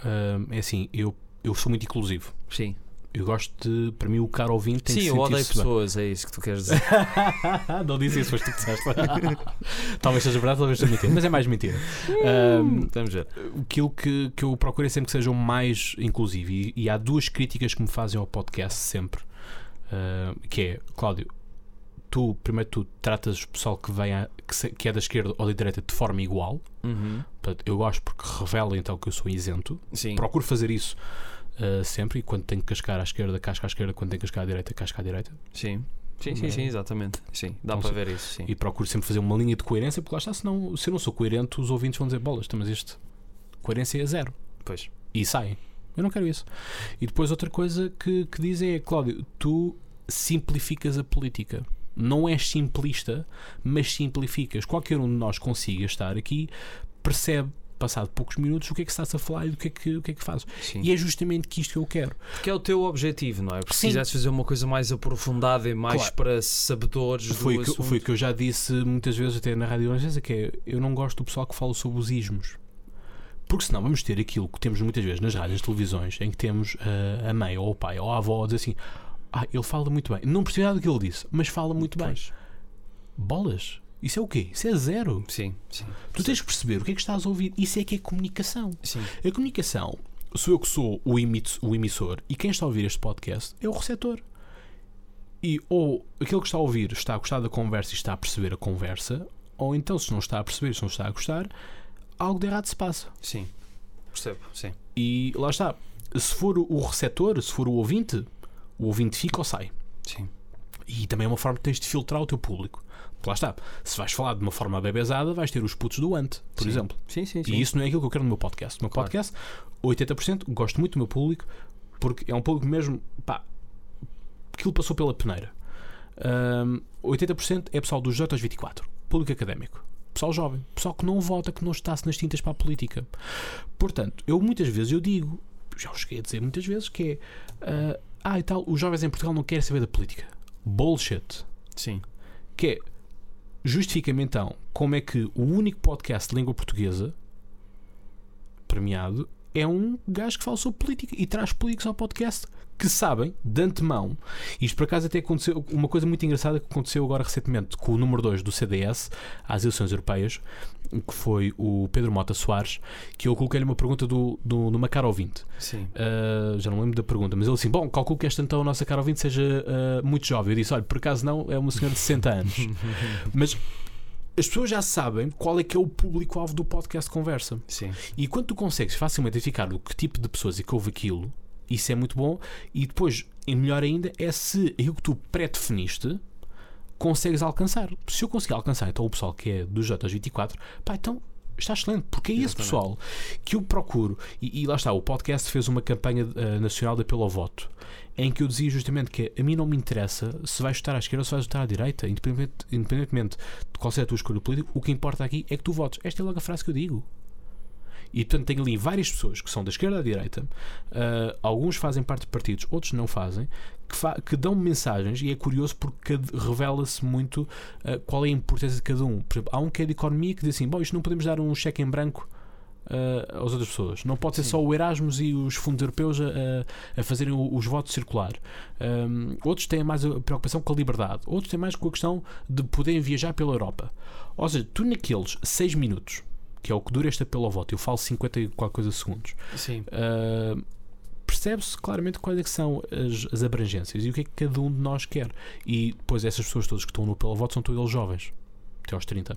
sou muito inclusivo.
Sim.
Eu gosto de, para mim, o caro ouvinte tem que sentir-se bem.
Sim, eu odeio pessoas, é isso que tu queres dizer.
Não disse isso, mas tu disseste. Talvez seja verdade, talvez seja mentira, mas é mais mentira.
Vamos ver.
Aquilo que eu procuro é sempre que sejam mais inclusivo. E há 2 críticas que me fazem ao podcast sempre. Que é, Cláudio, tu tratas o pessoal que é da esquerda ou da direita de forma igual. Portanto, eu gosto porque revela então que eu sou isento.
Sim.
Procuro fazer isso sempre, e quando tenho que cascar à esquerda, casco à esquerda, quando tenho que cascar à direita, casco à direita.
Sim, exatamente. Sim, dá para ver isso. Sim.
E procuro sempre fazer uma linha de coerência, porque lá está, senão, se eu não sou coerente, os ouvintes vão dizer bolas, mas coerência é 0.
Pois.
E saem. Eu não quero isso. E depois outra coisa que dizem é, Cláudio, tu simplificas a política. Não és simplista, mas simplificas. Qualquer um de nós consiga estar aqui, percebe, passado poucos minutos, o que é que estás a falar e o que é que fazes.
Sim.
E é justamente isto que eu quero.
Porque é o teu objetivo, não é? Porque se quiseres fazer uma coisa mais aprofundada e mais para sabedores do assunto.
Foi o que eu já disse muitas vezes, até na rádio, que é, eu não gosto do pessoal que fala sobre os ismos. Porque senão vamos ter aquilo que temos muitas vezes nas rádios, nas televisões, em que temos a mãe, ou o pai, ou a avó, a dizer assim, ele fala muito bem. Não percebi nada do que ele disse, mas fala muito bem. Bolas. Isso é o quê? Isso é 0.
Sim.
Tu tens que perceber o que é que estás a ouvir. Isso é que é comunicação.
Sim.
A comunicação, sou eu que sou o emissor, e quem está a ouvir este podcast é o receptor. E ou aquele que está a ouvir está a gostar da conversa e está a perceber a conversa, ou então, se não está a perceber, se não está a gostar, algo de errado se passa.
Sim. Percebo, sim.
E lá está. Se for o receptor, se for o ouvinte fica ou sai.
Sim.
E também é uma forma que tens de filtrar o teu público. Lá está, se vais falar de uma forma bebezada, vais ter os putos do ante, por exemplo.
Sim.
E isso não é aquilo que eu quero no meu podcast. No meu podcast, 80% gosto muito do meu público, porque é um público mesmo, aquilo passou pela peneira. 80% é pessoal dos 18 aos 24, público académico, pessoal jovem, pessoal que não vota, que não está-se nas tintas para a política. Portanto, eu muitas vezes digo, já o cheguei a dizer muitas vezes, que é e tal, os jovens em Portugal não querem saber da política. Bullshit.
Sim.
Que é, justifica-me então como é que o único podcast de língua portuguesa premiado é um gajo que fala sobre política e traz políticos ao podcast que sabem, de antemão. Isto por acaso até aconteceu, uma coisa muito engraçada que aconteceu agora recentemente com o número 2 do CDS às eleições europeias, que foi o Pedro Mota Soares, que eu coloquei-lhe uma pergunta numa cara ouvinte.
Sim.
Já não lembro da pergunta, mas ele assim, bom, calculo que esta então a nossa cara ouvinte seja muito jovem. Eu disse, olha, por acaso não, é uma senhora de 60 anos. Mas as pessoas já sabem qual é que é o público-alvo do podcast Conversa.
Sim.
E quando tu consegues facilmente identificar o que tipo de pessoas e que ouve aquilo, isso é muito bom. E depois, e melhor ainda, é se o que tu pré-definiste consegues alcançar. Se eu conseguir alcançar então o pessoal que é dos 18 aos 24, pá, então está excelente, porque é esse pessoal que eu procuro. E lá está, o podcast fez uma campanha nacional de apelo ao voto, em que eu dizia justamente que a mim não me interessa se vais votar à esquerda ou se vais votar à direita, independentemente de qual seja a tua escolha política, o que importa aqui é que tu votes. Esta é logo a frase que eu digo. E portanto tenho ali várias pessoas que são da esquerda à direita, alguns fazem parte de partidos, outros não fazem, que dão mensagens, e é curioso porque revela-se muito qual é a importância de cada um. Por exemplo, há um que é de economia que diz assim, bom, isto não podemos dar um cheque em branco às outras pessoas, não pode ser só o Erasmus e os fundos europeus a fazerem os votos circular. Outros têm mais a preocupação com a liberdade, outros têm mais com a questão de poderem viajar pela Europa. Ou seja, tu naqueles 6 minutos, que é o que dura este apelo ao voto, eu falo 50 e qualquer coisa segundos, percebe-se claramente quais é que são as abrangências e o que é que cada um de nós quer. E depois essas pessoas todas que estão no apelo ao voto são todos eles jovens, até aos 30.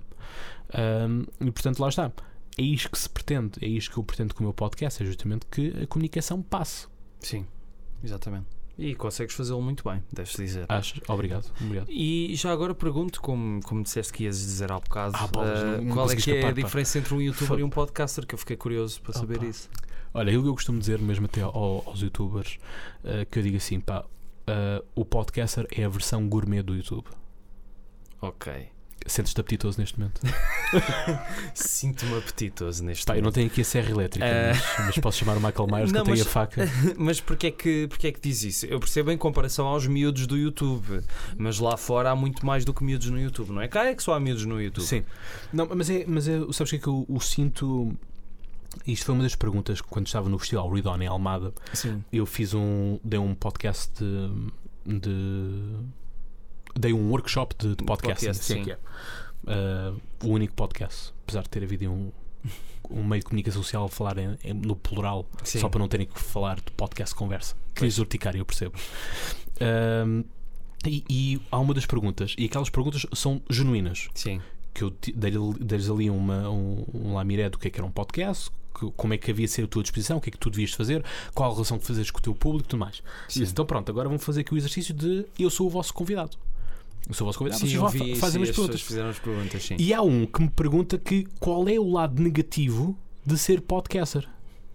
E portanto lá está. É isto que se pretende, é isto que eu pretendo com o meu podcast, é justamente que a comunicação passe.
Sim, exatamente. E consegues fazê-lo muito bem, deves dizer.
Achas? Obrigado.
E já agora pergunto, como disseste que ias dizer há bocado, qual é que
escapar,
é a diferença entre um youtuber e um podcaster, que eu fiquei curioso para saber isso.
Olha, eu costumo dizer mesmo até aos youtubers, que eu digo assim, o podcaster é a versão gourmet do YouTube.
Ok.
Sentes-te apetitoso neste momento?
Sinto-me apetitoso neste momento.
Eu não tenho aqui a serra elétrica, mas posso chamar o Michael Myers, que eu tenho a faca.
Mas porquê é que diz isso? Eu percebo em comparação aos miúdos do YouTube, mas lá fora há muito mais do que miúdos no YouTube, não é? Cá é que só há miúdos no YouTube.
Sim. Não, mas sabes o que é que eu sinto? Isto foi uma das perguntas quando estava no Festival Read On em Almada.
Sim.
Eu dei um podcast dei um workshop de podcasting.
Sim.
Que é. O único podcast, apesar de ter havido um meio de comunicação social a falar no plural,
sim,
só para não terem que falar de podcast conversa. Que urticária, eu percebo. E há uma das perguntas, e aquelas perguntas são genuínas.
Sim. Que eu
dei-lhes ali um lamiré do que era um podcast, como é que havia de ser a tua disposição, o que é que tu devias fazer, qual a relação que fazes com o teu público e tudo mais. E disse, então pronto, agora vamos fazer aqui o exercício de eu sou o vosso convidado. Eu sou o vosso convidado,
sim,
vocês fazem as perguntas.
Fizeram as perguntas, sim.
E há um que me pergunta qual é o lado negativo de ser podcaster.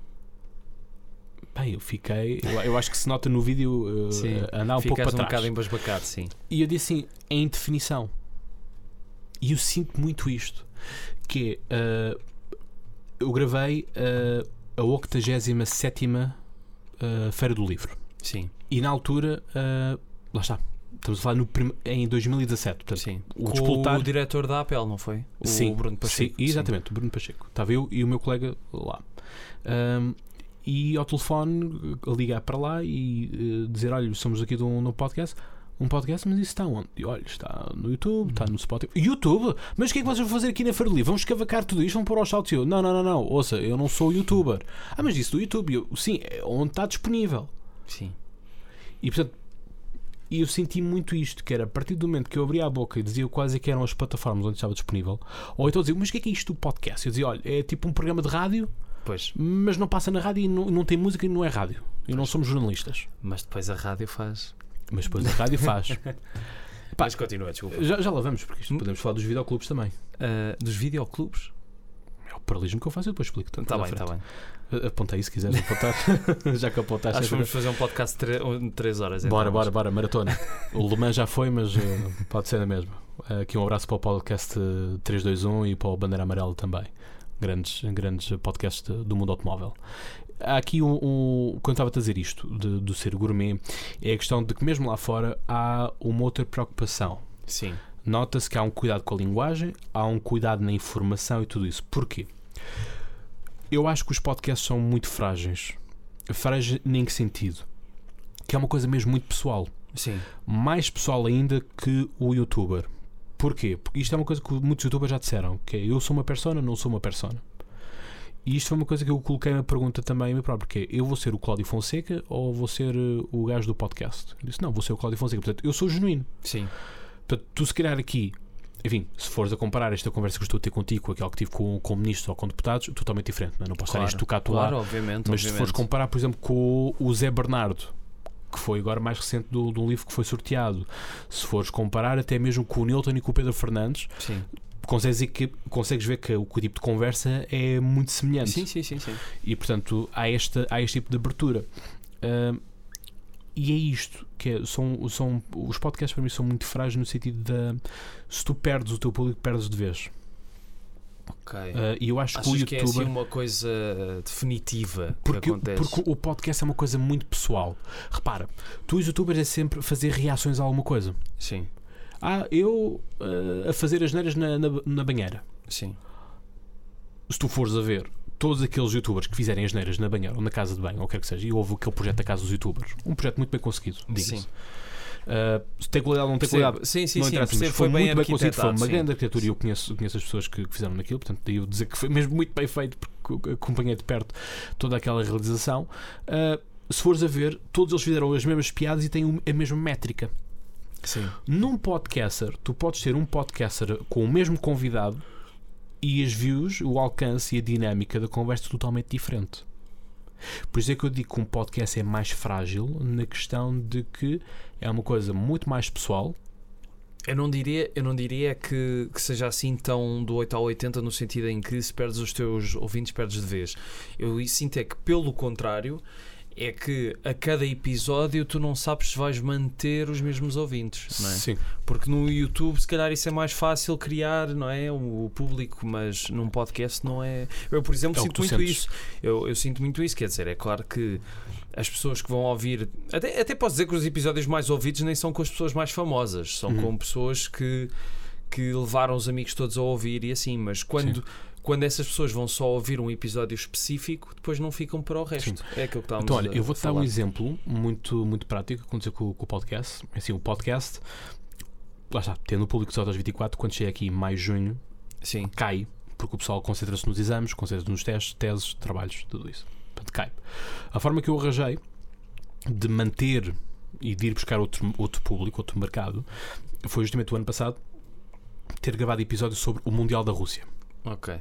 Bem, eu fiquei. Eu acho que se nota no vídeo andar um pouco para trás.
Um bocado embasbacado, sim.
E eu disse assim, é em definição. E eu sinto muito isto, que é, eu gravei a 87ª Feira do Livro.
Sim.
E na altura, lá está, estamos a falar em 2017. Portanto,
sim.
O
diretor da APEL, não foi?
Sim,
o Bruno Pacheco.
Sim, exatamente, sim. O Bruno Pacheco. Estava eu e o meu colega lá. E ao telefone, a ligar para lá e dizer, olha, somos aqui no podcast. Um podcast, mas isso está onde? E olha, está no YouTube, está no Spotify. YouTube? Mas o que é que vocês vão fazer aqui na Feira do Livro? Vão escavacar tudo isto? Vão pôr aos saltos? Eu, não. Ouça, eu não sou youtuber. Mas isso do YouTube? Sim, é onde está disponível.
Sim.
E portanto, eu senti muito isto, que era a partir do momento que eu abria a boca e dizia quase que eram as plataformas onde estava disponível, ou então dizia, mas o que é isto do podcast? Eu dizia, olha, é tipo um programa de rádio,
pois,
mas não passa na rádio e não tem música e não é rádio. E não somos jornalistas.
Mas depois a rádio faz. Mas continua, desculpa.
Já lá vamos, porque isto podemos falar dos videoclubes também.
Dos videoclubes?
É o paralelismo que eu faço e depois explico.
Está bem.
Aponta aí se quiseres apontar. Já que apontaste.
Acho que vamos fazer um podcast de 3 horas.
Bora, maratona. O Le Mans já foi, mas pode ser na mesma. Aqui um abraço para o podcast 321 e para o Bandeira Amarela também. Grandes podcasts do mundo automóvel. há aqui quando estava a dizer isto do ser gourmet, é a questão de que mesmo lá fora há uma outra preocupação.
Sim.
Nota-se que há um cuidado com a linguagem, há um cuidado na informação e tudo isso. Porquê? Eu acho que os podcasts são muito frágeis. Frágeis em que sentido? Que é uma coisa mesmo muito pessoal.
Sim.
Mais pessoal ainda que o youtuber. Porquê? Porque isto é uma coisa que muitos youtubers já disseram, que é: eu sou uma persona, não sou uma persona. E isto foi uma coisa que eu coloquei na pergunta também a mim próprio, que é: eu vou ser o Cláudio Fonseca ou vou ser o gajo do podcast? Eu disse: não, vou ser o Cláudio Fonseca. Portanto, eu sou genuíno.
Sim.
Portanto, tu se calhar aqui, enfim, se fores a comparar esta conversa que estou a ter contigo com aquela que tive com ministros ou com deputados, totalmente diferente, não é? Não posso estar isto cá,
claro, obviamente.
Mas se fores comparar, por exemplo, com o Zé Bernardo, que foi agora mais recente de um livro que foi sorteado, se fores comparar até mesmo com o Nilton e com o Pedro Fernandes,
sim,
consegues ver que o tipo de conversa é muito semelhante.
Sim.
E portanto há este tipo de abertura. E é isto que é, são os podcasts para mim são muito frágeis no sentido de se tu perdes o teu público, perdes de vez.
Ok.
E eu acho
Achas
que o
YouTuber,
YouTuber,
que é assim uma coisa definitiva
porque
que acontece?
o podcast é uma coisa muito pessoal. Repara, tu os youtubers é sempre fazer reações a alguma coisa.
Sim.
Eu a fazer as neiras na banheira.
Sim.
Se tu fores a ver todos aqueles youtubers que fizerem as neiras na banheira ou na casa de banho, ou o que quer que seja, e houve aquele projeto da Casa dos Youtubers, um projeto muito bem conseguido, diga-se. Se tem qualidade ou não tem qualidade,
sim,
não interessa, mas
foi
muito bem conseguido, foi uma
sim.
grande arquitetura, e eu conheço as pessoas que fizeram naquilo, portanto daí eu dizer que foi mesmo muito bem feito, porque acompanhei de perto toda aquela realização. Se fores a ver, todos eles fizeram as mesmas piadas e têm a mesma métrica.
Sim.
Num podcaster, tu podes ter um podcaster com o mesmo convidado e as views, o alcance e a dinâmica da conversa é totalmente diferente. Por isso é que eu digo que um podcast é mais frágil na questão de que é uma coisa muito mais pessoal.
Eu não diria que seja assim tão do 8 ao 80, no sentido em que se perdes os teus ouvintes, perdes de vez. Eu sinto é que, pelo contrário, é que a cada episódio tu não sabes se vais manter os mesmos ouvintes, não é?
Sim.
Porque no YouTube se calhar isso é mais fácil criar, não é? O público, mas num podcast não é. Eu, por exemplo, sinto muito isso. Eu sinto muito isso, quer dizer, é claro que as pessoas que vão ouvir, até posso dizer que os episódios mais ouvidos nem são com as pessoas mais famosas, são com pessoas que levaram os amigos todos a ouvir e assim, mas quando essas pessoas vão só ouvir um episódio específico, depois não ficam para o resto. Sim. É aquilo que estávamos
então, olha, eu vou-te dar um
falar.
exemplo muito, muito prático que aconteceu com o podcast. Assim, o podcast, lá está, tendo o público só aos 24, quando chega aqui em maio, junho,
sim,
cai, porque o pessoal concentra-se nos exames, concentra-se nos testes, teses, trabalhos, tudo isso. Portanto, cai. A forma que eu arranjei de manter e de ir buscar outro público, outro mercado, foi justamente o ano passado ter gravado episódios sobre o Mundial da Rússia.
Ok.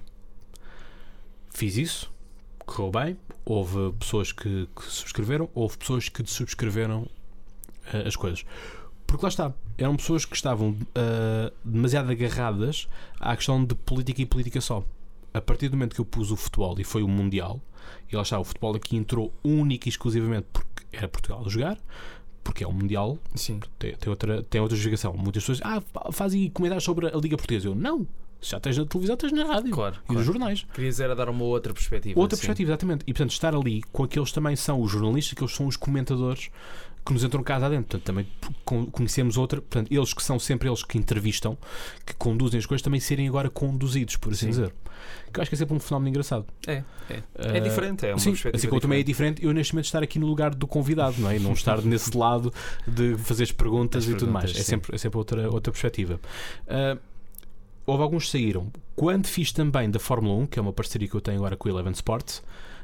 Fiz isso, correu bem. Houve pessoas que subscreveram, houve pessoas que subscreveram as coisas. Porque lá está, eram pessoas que estavam demasiado agarradas à questão de política e política só. A partir do momento que eu pus o futebol e foi o Mundial, e lá está, o futebol aqui entrou único e exclusivamente porque era Portugal a jogar, porque é um Mundial. Sim. Tem outra justificação. Muitas pessoas fazem comentários sobre a Liga Portuguesa. Eu não. Se já tens na televisão, tens na rádio e nos jornais.
Querias era dar uma outra perspectiva.
Outra perspectiva, exatamente. E portanto, estar ali com aqueles também são os jornalistas, aqueles são os comentadores que nos entram casa adentro. Portanto, também conhecemos outra. Portanto, eles que são sempre eles que entrevistam, que conduzem as coisas, também serem agora conduzidos, por assim dizer. Que eu acho que é sempre um fenómeno engraçado.
É diferente, é uma perspectiva
assim como também é diferente eu neste momento estar aqui no lugar do convidado, não é? E não estar nesse lado de fazer as perguntas e tudo mais. É sempre outra perspectiva. Houve alguns que saíram. Quando fiz também da Fórmula 1, que é uma parceria que eu tenho agora com o Eleven Sports,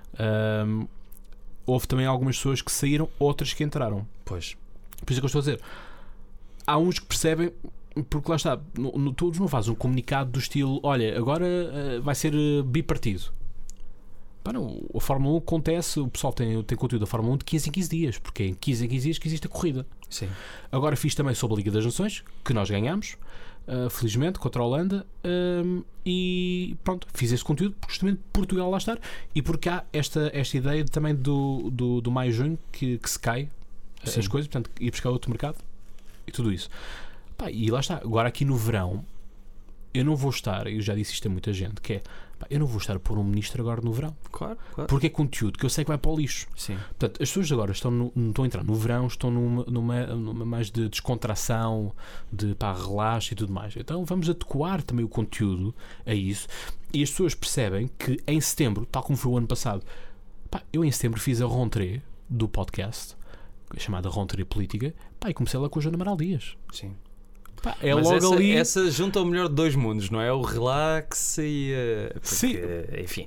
houve também algumas pessoas que saíram, outras que entraram.
Pois.
Por isso é que eu estou a dizer. Há uns que percebem, porque lá está, todos não fazem um comunicado do estilo: olha, agora vai ser bipartido. Não, a Fórmula 1 acontece, o pessoal tem conteúdo da Fórmula 1 de 15 em 15 dias, porque é em 15 em 15 dias que existe a corrida.
Sim.
Agora fiz também sobre a Liga das Nações, que nós ganhámos. Felizmente, contra a Holanda, e pronto, fiz esse conteúdo porque justamente Portugal lá estar e porque há esta ideia também do maio e junho que se cai as coisas, portanto, ir buscar outro mercado e tudo isso. E lá está, agora aqui no verão eu não vou estar, eu já disse isto a muita gente, que é, eu não vou estar a pôr um ministro agora no verão.
Claro.
Porque é conteúdo que eu sei que vai para o lixo.
Sim.
Portanto, as pessoas agora não estão a entrar no verão, estão numa mais de descontração, de relaxo e tudo mais. Então vamos adequar também o conteúdo a isso. E as pessoas percebem que em setembro, tal como foi o ano passado, eu em setembro fiz a rentrée do podcast, chamada Rentrée Política, e comecei lá com a Joana Amaral Dias.
Sim.
É
mas
logo ali.
Essa junta o melhor de dois mundos, não é? O relax e. Porque,
sim.
Enfim.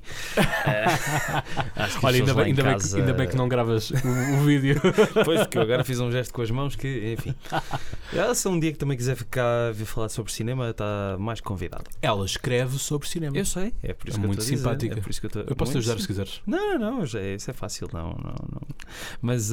Olha, ainda bem que não gravas o vídeo.
Pois, porque eu agora fiz um gesto com as mãos que, enfim. Se um dia que também quiser vir falar sobre cinema, está mais convidado.
Ela escreve sobre cinema.
Eu sei, é por isso que
muito
eu estou
simpática.
É por isso que
eu posso te ajudar se quiseres.
Não, isso é fácil. Não. Mas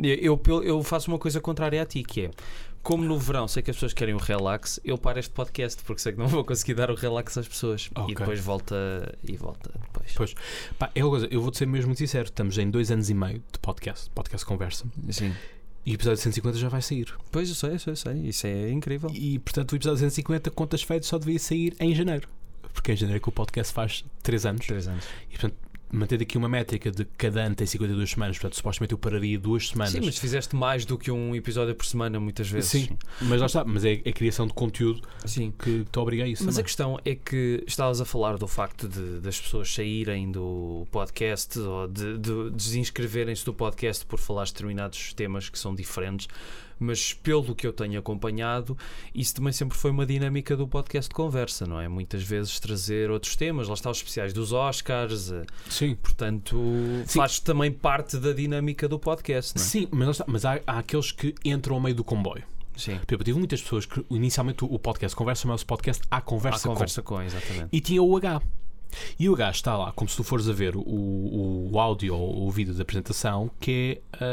eu faço uma coisa contrária a ti, que é. Como no verão sei que as pessoas querem o relax, eu paro este podcast porque sei que não vou conseguir dar o relax às pessoas.
Okay.
E depois volta depois.
Pois. Eu vou-te ser mesmo muito sincero, estamos em 2 anos e meio de podcast Conversa.
Sim.
E o episódio 150 já vai sair.
Pois, eu sei. Isso é incrível.
E portanto o episódio 150, contas feitas, só devia sair em janeiro. Porque em janeiro é que o podcast faz 3 anos.
3 anos.
E portanto manter aqui uma métrica de cada ano tem 52 semanas, portanto supostamente eu pararia 2 semanas.
Sim, mas fizeste mais do que um episódio por semana muitas vezes.
Sim, mas lá está, mas é a criação de conteúdo.
Sim.
Que te obriga a isso.
Mas
também.
A questão é que estavas a falar do facto das pessoas saírem do podcast ou de desinscreverem-se do podcast por falar de determinados temas que são diferentes. Mas pelo que eu tenho acompanhado, isso também sempre foi uma dinâmica do podcast de conversa, não é? Muitas vezes trazer outros temas, lá está os especiais dos Oscars.
Sim.
Portanto, faz também parte da dinâmica do podcast, não é?
Sim, mas há aqueles que entram ao meio do comboio.
Sim.
Eu tive muitas pessoas que inicialmente o podcast Conversa chamava-se podcast à conversa
com, exatamente.
E tinha o H. E o H está lá, como se tu fores a ver o áudio ou o vídeo da apresentação, que é...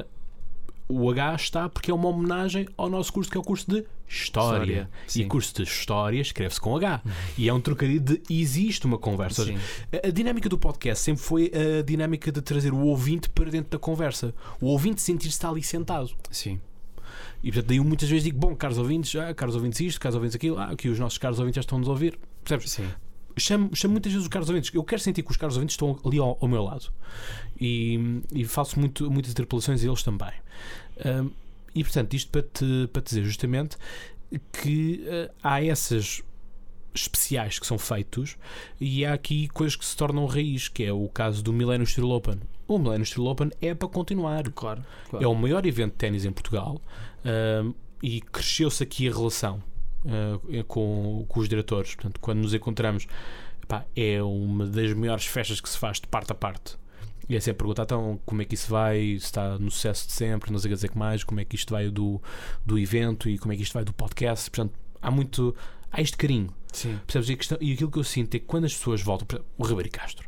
O H está porque é uma homenagem ao nosso curso, que é o curso de História. E curso de História escreve-se com H. E é um trocadilho de existe uma conversa. Seja, a dinâmica do podcast sempre foi a dinâmica de trazer o ouvinte para dentro da conversa. O ouvinte sentir-se ali sentado.
Sim.
E portanto daí muitas vezes digo, caros ouvintes isto, caros ouvintes aquilo, aqui os nossos caros ouvintes já estão-nos a ouvir. Percebes?
Sim.
Chamo muitas vezes os caros ouvintes. Eu quero sentir que os caros ouvintes estão ali ao meu lado. E faço muitas interpelações a eles também. E portanto, isto para te dizer justamente que há essas especiais que são feitos e há aqui coisas que se tornam raiz, que é o caso do Millennium Steel Open. O Millennium Steel Open é para continuar.
Claro.
É o maior evento de ténis em Portugal e cresceu-se aqui a relação com os diretores. Portanto, quando nos encontramos, é uma das maiores festas que se faz de parte a parte. E é sempre perguntar, então, como é que isso vai, se está no sucesso de sempre, não sei dizer que mais, como é que isto vai do evento e como é que isto vai do podcast. Portanto, há este carinho.
Sim.
Percebes? E aquilo que eu sinto é que quando as pessoas voltam, o Ribeiro Castro,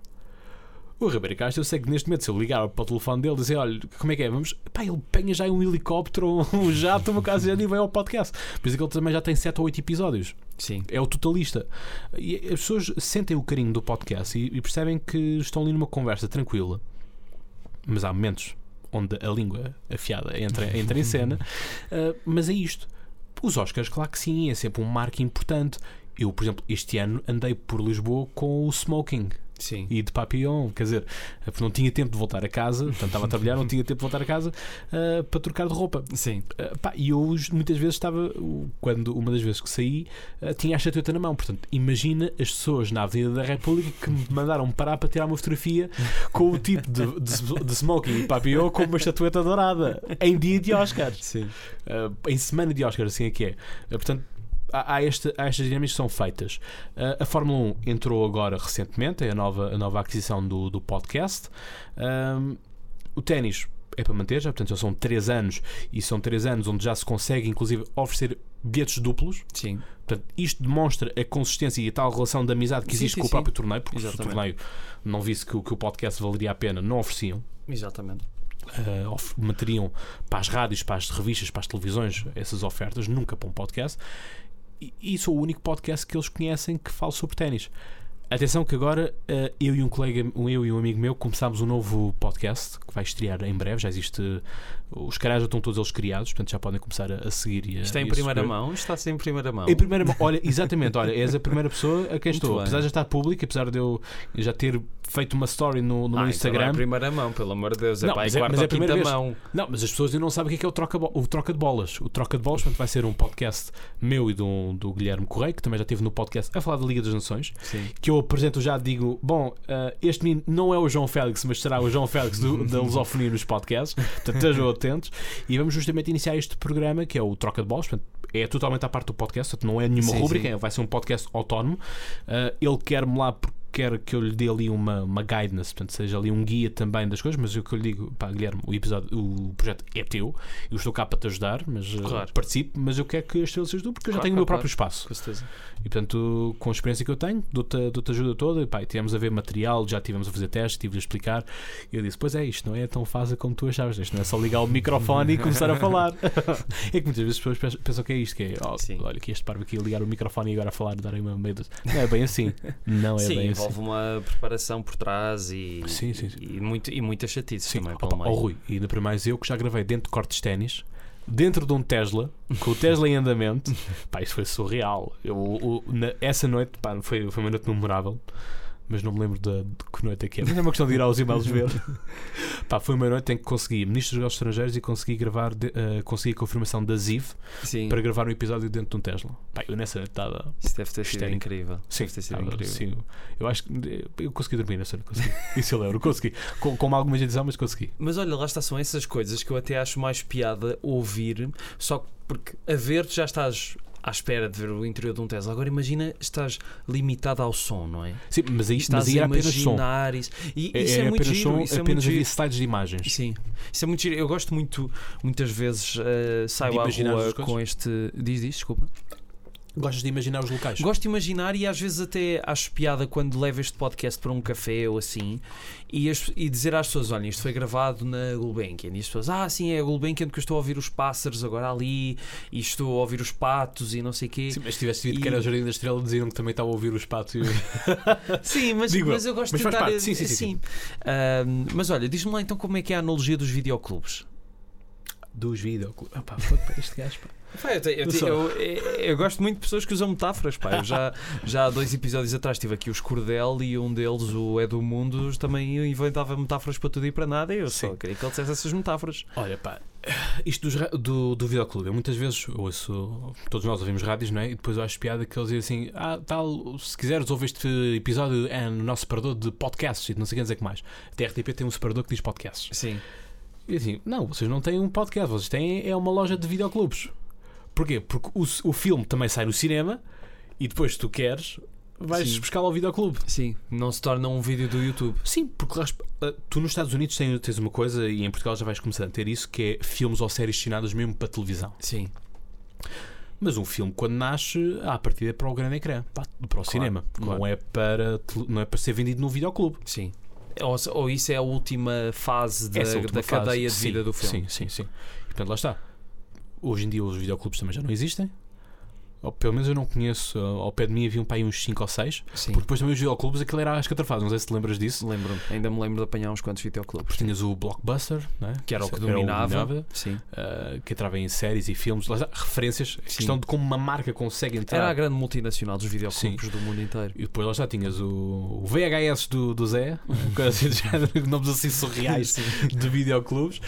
eu sei que neste momento, se eu ligar para o telefone dele e dizer, olha, como é que é? Vamos, ele penha já um helicóptero, um jato, uma casa e vai ao podcast. Por isso que ele também já tem 7 ou 8 episódios.
Sim.
É o totalista. E as pessoas sentem o carinho do podcast e percebem que estão ali numa conversa tranquila, mas há momentos onde a língua afiada entra em cena. Mas é isto. Os Oscars, claro que sim, é sempre um marco importante. Eu, por exemplo, este ano andei por Lisboa com o Smoking.
Sim.
E de Papillon, quer dizer, porque não tinha tempo de voltar a casa, portanto estava a trabalhar, não tinha tempo de voltar a casa para trocar de roupa.
Sim.
E eu muitas vezes estava, quando uma das vezes que saí, tinha a estatueta na mão. Portanto, imagina as pessoas na Avenida da República que me mandaram parar para tirar uma fotografia com o tipo de Smoking e Papillon com uma estatueta dourada em dia de Oscars.
Sim.
Em semana de Oscars, assim é que é. Portanto, há estas dinâmicas que são feitas. A Fórmula 1 entrou agora recentemente, é a nova aquisição do podcast. O ténis é para manter, já, portanto já são 3 anos e são 3 anos onde já se consegue inclusive oferecer bilhetes duplos.
Sim.
Portanto, isto demonstra a consistência e a tal relação de amizade que existe com o próprio torneio, porque se o torneio não visse que o podcast valeria a pena, não ofereciam.
Exatamente.
Materiam para as rádios, para as revistas, para as televisões essas ofertas, nunca para um podcast. E sou o único podcast que eles conhecem que fala sobre ténis. Atenção que agora eu e um amigo meu começámos um novo podcast que vai estrear em breve. Já existe, os canais já estão todos eles criados, portanto já podem começar a seguir.
Isto é em primeira mão? Isto está a ser em primeira mão?
Em primeira mão, olha, exatamente, olha, és a primeira pessoa a quem estou.
Bem.
Apesar de já estar público, apesar de eu já ter feito uma story no meu Instagram.
Então não é primeira mão, pelo amor de Deus,
não,
mas é a primeira mão.
Não, mas as pessoas ainda não sabem o que é o troca de bolas. O troca de bolas, portanto, vai ser um podcast meu e do Guilherme Correia, que também já esteve no podcast a falar da Liga das Nações.
Sim.
Que eu apresento, já digo, bom, este menino não é o João Félix, mas será o João Félix da lusofonia nos podcasts, portanto estejam atentos. E vamos justamente iniciar este programa que é o Troca de Bolas, portanto, é totalmente à parte do podcast, portanto, não é nenhuma rubrica, vai ser um podcast autónomo. Ele quer-me lá porque quer que eu lhe dê ali uma guidance, portanto, seja ali um guia também das coisas, mas o que eu lhe digo, pá, Guilherme, o projeto é teu, eu estou cá para te ajudar, mas participe, mas eu quero que as estrelas ajudem porque eu já tenho o meu próprio espaço.
Com certeza.
E portanto, com a experiência que eu tenho, dou-te ajuda toda, e pá, tivemos a ver material, já tivemos a fazer testes, tive a explicar, e eu disse, pois é, isto não é tão fácil como tu achavas, isto não é só ligar o microfone e começar a falar. É que muitas vezes as pessoas pensam que é isto, que é, olha, que este parvo aqui a ligar o microfone e agora a falar, dar aí uma meia dúzia. Não é bem assim, não é bem assim.
Envolve uma preparação por trás e muita chatice também.
Rui, e ainda para mais eu que já gravei dentro de cortes de ténis, dentro de um Tesla, com o Tesla em andamento. Pá, isso foi surreal. Essa noite, pá, foi uma noite memorável, mas não me lembro de que noite é que é. Mas é uma questão de ir aos e-mails ver. Pá, foi uma noite em que consegui Ministro dos Negócios Estrangeiros e consegui gravar, consegui a confirmação da Ziv para gravar um episódio dentro de um Tesla. Pá, eu nessa noite estava.
Isso deve ter sido incrível.
Sim, sim, eu acho que eu consegui dormir nessa noite. Consegui. Isso eu lembro, consegui. Com alguma edição, mas consegui.
Mas olha, lá está, são essas coisas que eu até acho mais piada ouvir, só porque a ver tu já estás à espera de ver o interior de um Tesla. Agora imagina, estás limitado ao som, não é?
Sim, mas aí
estás
a
imaginar
isso.
E isso é muito giro.
Isso apenas havia slides de imagens.
Sim, isso é muito giro. Eu gosto muito, muitas vezes saio à rua com este. Diz, desculpa.
Gostas de imaginar os locais?
Gosto de imaginar e às vezes até acho piada quando levo este podcast para um café ou assim e dizer às pessoas, olha, isto foi gravado na Gulbenkian, e as pessoas, sim, é a Gulbenkian porque eu estou a ouvir os pássaros agora ali e estou a ouvir os patos e não sei o quê.
Sim, mas se tivesse dito que era o Jardim da Estrela, diziam que também estava a ouvir os patos
Sim, mas eu gosto de dar
sim.
Mas olha, diz-me lá então como é que é a analogia dos videoclubes.
Dos videoclubes. Este gajo, pá.
Eu gosto muito de pessoas que usam metáforas, pá. Eu já há 2 episódios atrás tive aqui os Cordel e um deles, o Edu Mundos, também inventava metáforas para tudo e para nada e eu só queria que ele dissesse essas metáforas.
Olha, pá, isto do videoclube, eu muitas vezes ouço, todos nós ouvimos rádios, não é? E depois eu acho piada que eles dizem assim, tal, se quiseres ouvir este episódio é no nosso separador de podcasts e não sei quem dizer que mais. A RTP tem um separador que diz podcasts.
Sim.
E assim, não, vocês não têm um podcast, vocês têm uma loja de videoclubes. Porquê? Porque o filme também sai no cinema e depois, se tu queres, vais buscar ao videoclube.
Sim, não se torna um vídeo do YouTube.
Sim, porque tu nos Estados Unidos tens uma coisa, e em Portugal já vais começar a ter isso, que é filmes ou séries destinadas mesmo para televisão.
Sim.
Mas um filme, quando nasce, à partida é para o grande ecrã, para o cinema. Claro. Não é para ser vendido no videoclube.
Sim. Ou isso é a última fase da cadeia de vida do filme.
Sim. E portanto, lá está. Hoje em dia os videoclubes também já não existem. Ou pelo menos eu não conheço. Ao pé de mim havia uns 5 ou 6.
Sim.
Porque depois também os videoclubes, aquilo era às catrafadas. Não sei se te lembras disso.
Lembro-me. Ainda me lembro de apanhar uns quantos videoclubes.
Porque tinhas o Blockbuster, não é?
Que era o que dominava.
Sim. Que entrava em séries e filmes. Referências. Questão de como uma marca consegue entrar.
Era a grande multinacional dos videoclubes do mundo inteiro.
E depois lá já tinhas o VHS do Zé. Assim, nomes assim surreais de videoclubes.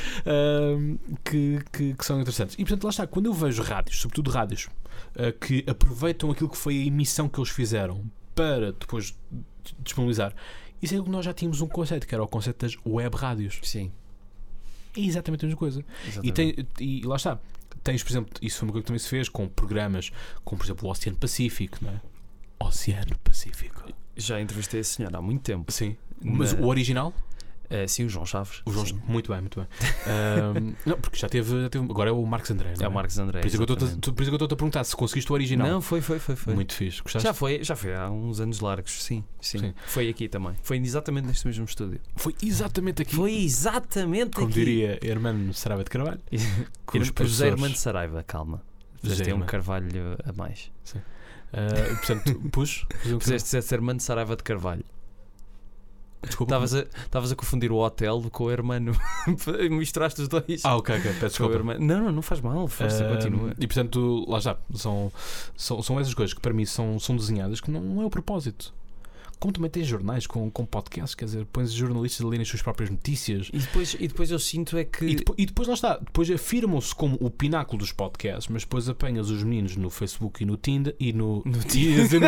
Que são interessantes. E portanto lá está. Quando eu vejo rádios, sobretudo rádios, que aproveitam aquilo que foi a emissão que eles fizeram para depois disponibilizar. Isso é o que nós já tínhamos um conceito, que era o conceito das web rádios.
Sim.
É exatamente a mesma coisa. E lá está. Tens, por exemplo, isso foi uma coisa que também se fez com programas como, por exemplo, o Oceano Pacífico, não é? Oceano Pacífico.
Já entrevistei esse senhor há muito tempo.
Sim. Mas o original?
Sim, o João Chaves.
Muito bem. Não, porque já teve. Agora é o Marcos André. Não é?
É o Marcos André.
Por isso que eu estou a perguntar se conseguiste o original.
Não, foi.
Muito fixe. Gostaste?
Já foi há uns anos largos. Sim. Foi aqui também. Foi exatamente neste mesmo estúdio.
Foi exatamente aqui.
Como
diria Hermano Saraiva de Carvalho.
José Hermano Saraiva, calma. Já tem um Carvalho a mais.
Sim. Portanto, pus.
Fizeste ser Hermano Saraiva de Carvalho.
Desculpa.
Estavas a confundir o hotel com o Hermano. Misturaste os dois.
Ok, peço desculpa.
Não faz mal, força, continua.
E portanto, lá está. São essas coisas que para mim são desenhadas que não é o propósito. Como também tens jornais com podcasts, quer dizer, pões jornalistas a lerem as suas próprias notícias.
E depois eu sinto é que.
E depois lá está, depois afirmam-se como o pináculo dos podcasts, mas depois apanhas os meninos no Facebook e no Tinder e no Tinder.